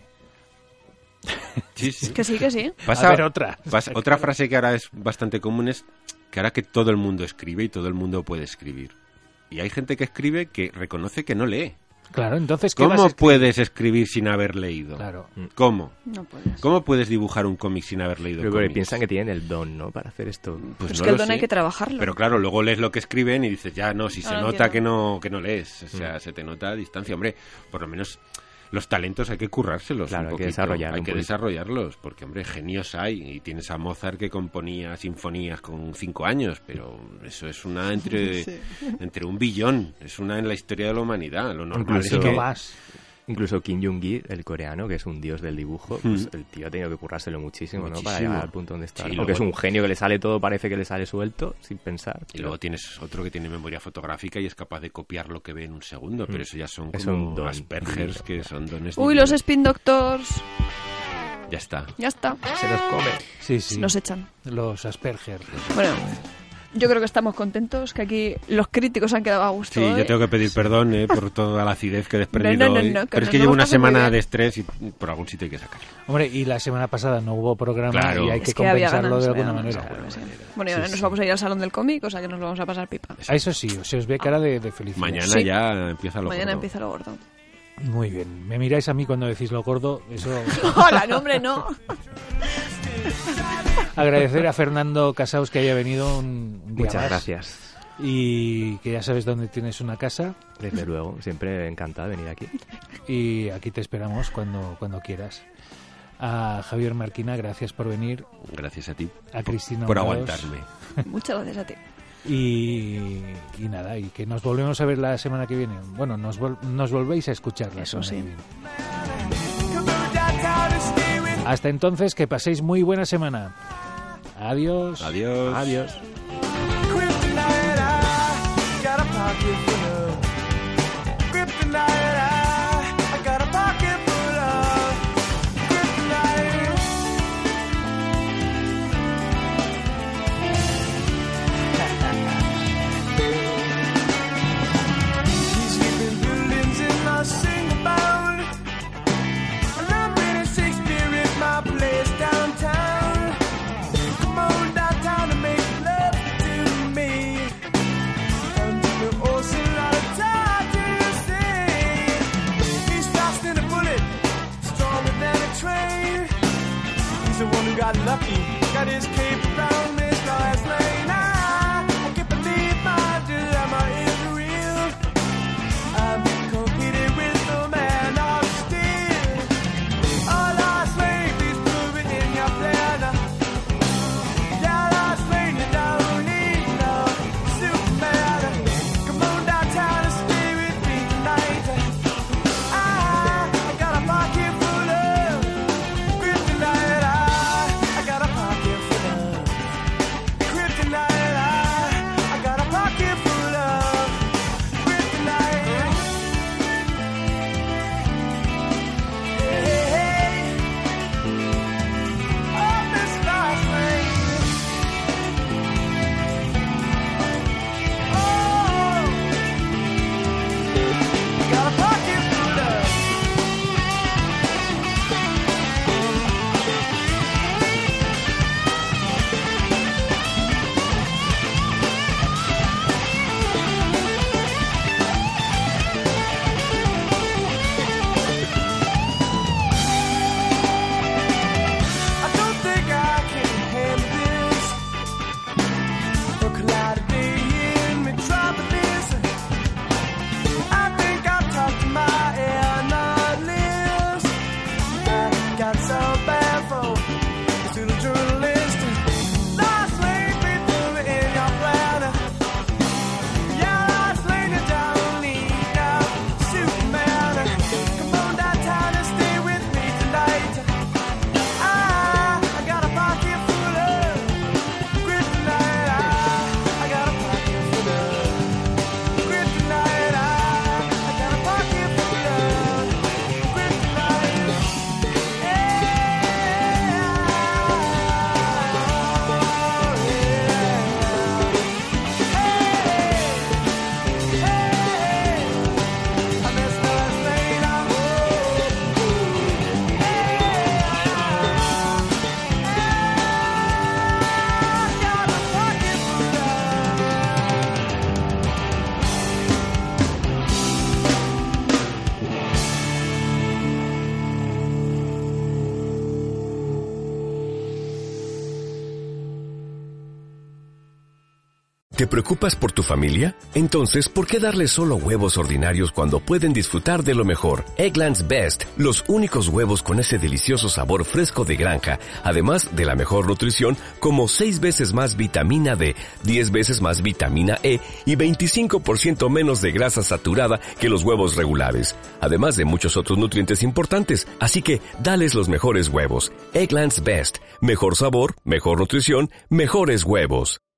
Sí, sí. Que sí, que sí. Pasa- A ver, otra. pasa- otra frase que ahora es bastante común es que ahora que todo el mundo escribe y todo el mundo puede escribir. Y hay gente que escribe que reconoce que no lee. Claro, entonces, ¿qué vas a ¿Cómo escribir? puedes escribir sin haber leído? Claro. ¿Cómo? No puedes. ¿Cómo puedes dibujar un cómic sin haber leído Pero porque cómics? piensan que tienen el don, ¿no? Para hacer esto. Pues Pero es no que el lo don hay sé. que trabajarlo. Pero claro, luego lees lo que escriben y dices, ya, no, si se No lo nota entiendo. que no, que no lees. O sea, se te nota a distancia. Hombre, por lo menos los talentos hay que currárselos Claro, un hay que poquito. desarrollarlo Hay un que poquito. desarrollarlos, porque, hombre, genios hay. Y tienes a Mozart que componía sinfonías con cinco años, pero eso es una entre, Sí. entre un billón. Es una en la historia de la humanidad. Lo normal Incluso- es No que... más. Incluso Kim Jong-il, el coreano, que es un dios del dibujo, pues el tío ha tenido que currárselo muchísimo, ¿no? Para Muchísimo. llegar al punto donde está. Sí, Porque luego- es un genio que le sale todo, parece que le sale suelto, sin pensar. Y luego tienes otro que tiene memoria fotográfica y es capaz de copiar lo que ve en un segundo, pero eso ya son Es como un don Aspergers, que son dones Uy, los divinos. Spin Doctors. Ya está. Ya está. Se los come. Sí, sí. Nos echan. Los Asperger. Bueno, yo creo que estamos contentos, que aquí los críticos han quedado a gusto. Sí, ¿eh? yo tengo que pedir perdón eh, por toda la acidez que he desprendido No, no, no, hoy. no, que pero es nos que lo llevo hemos una pasado muy semana bien. de estrés y por algún sitio hay que sacarlo. Hombre, y la semana pasada no hubo programa Claro. y hay que Es que había compensarlo ganas, de había alguna ganas, manera. claro que sí. Bueno, y ahora nos vamos a ir al Salón del Cómic, o sea que nos lo vamos a pasar pipa. A eso sí, se os ve cara de, de felicidad. Mañana Sí. ya empieza lo Mañana gordo. empieza lo gordo. Muy bien. Me miráis a mí cuando decís lo gordo. Eso. Hola, no, hombre, no. Agradecer a Fernando Casaus que haya venido un, un día Muchas más. gracias. Y que ya sabes dónde tienes una casa. Desde luego, siempre encantado de venir aquí. Y aquí te esperamos cuando, cuando quieras. A Javier Marquina, gracias por venir. Gracias a ti A Cristina por Honrados. aguantarme. Muchas gracias a ti. Y, y nada, y que nos volvemos a ver la semana que viene. Bueno, nos, vol- nos volvéis a escuchar la Eso semana sí. que viene. Hasta entonces, que paséis muy buena semana. Adiós. Adiós. Adiós. Got lucky, got his cape around his last lane. I, I can't believe my dilemma is real. I'm competing with the man of steel. Oh, last lane, please prove it in your plan. Yeah, last lane, you don't need no Superman. Come on downtown and stay with me tonight. I, I got a pocket full of kryptonite. I, I got a pocket full of ¿Te preocupas por tu familia? Entonces, ¿por qué darles solo huevos ordinarios cuando pueden disfrutar de lo mejor? Eggland's Best, los únicos huevos con ese delicioso sabor fresco de granja, además de la mejor nutrición, como seis veces más vitamina D, diez veces más vitamina E y veinticinco por ciento menos de grasa saturada que los huevos regulares, además de muchos otros nutrientes importantes. Así que, dales los mejores huevos. Eggland's Best, mejor sabor, mejor nutrición, mejores huevos.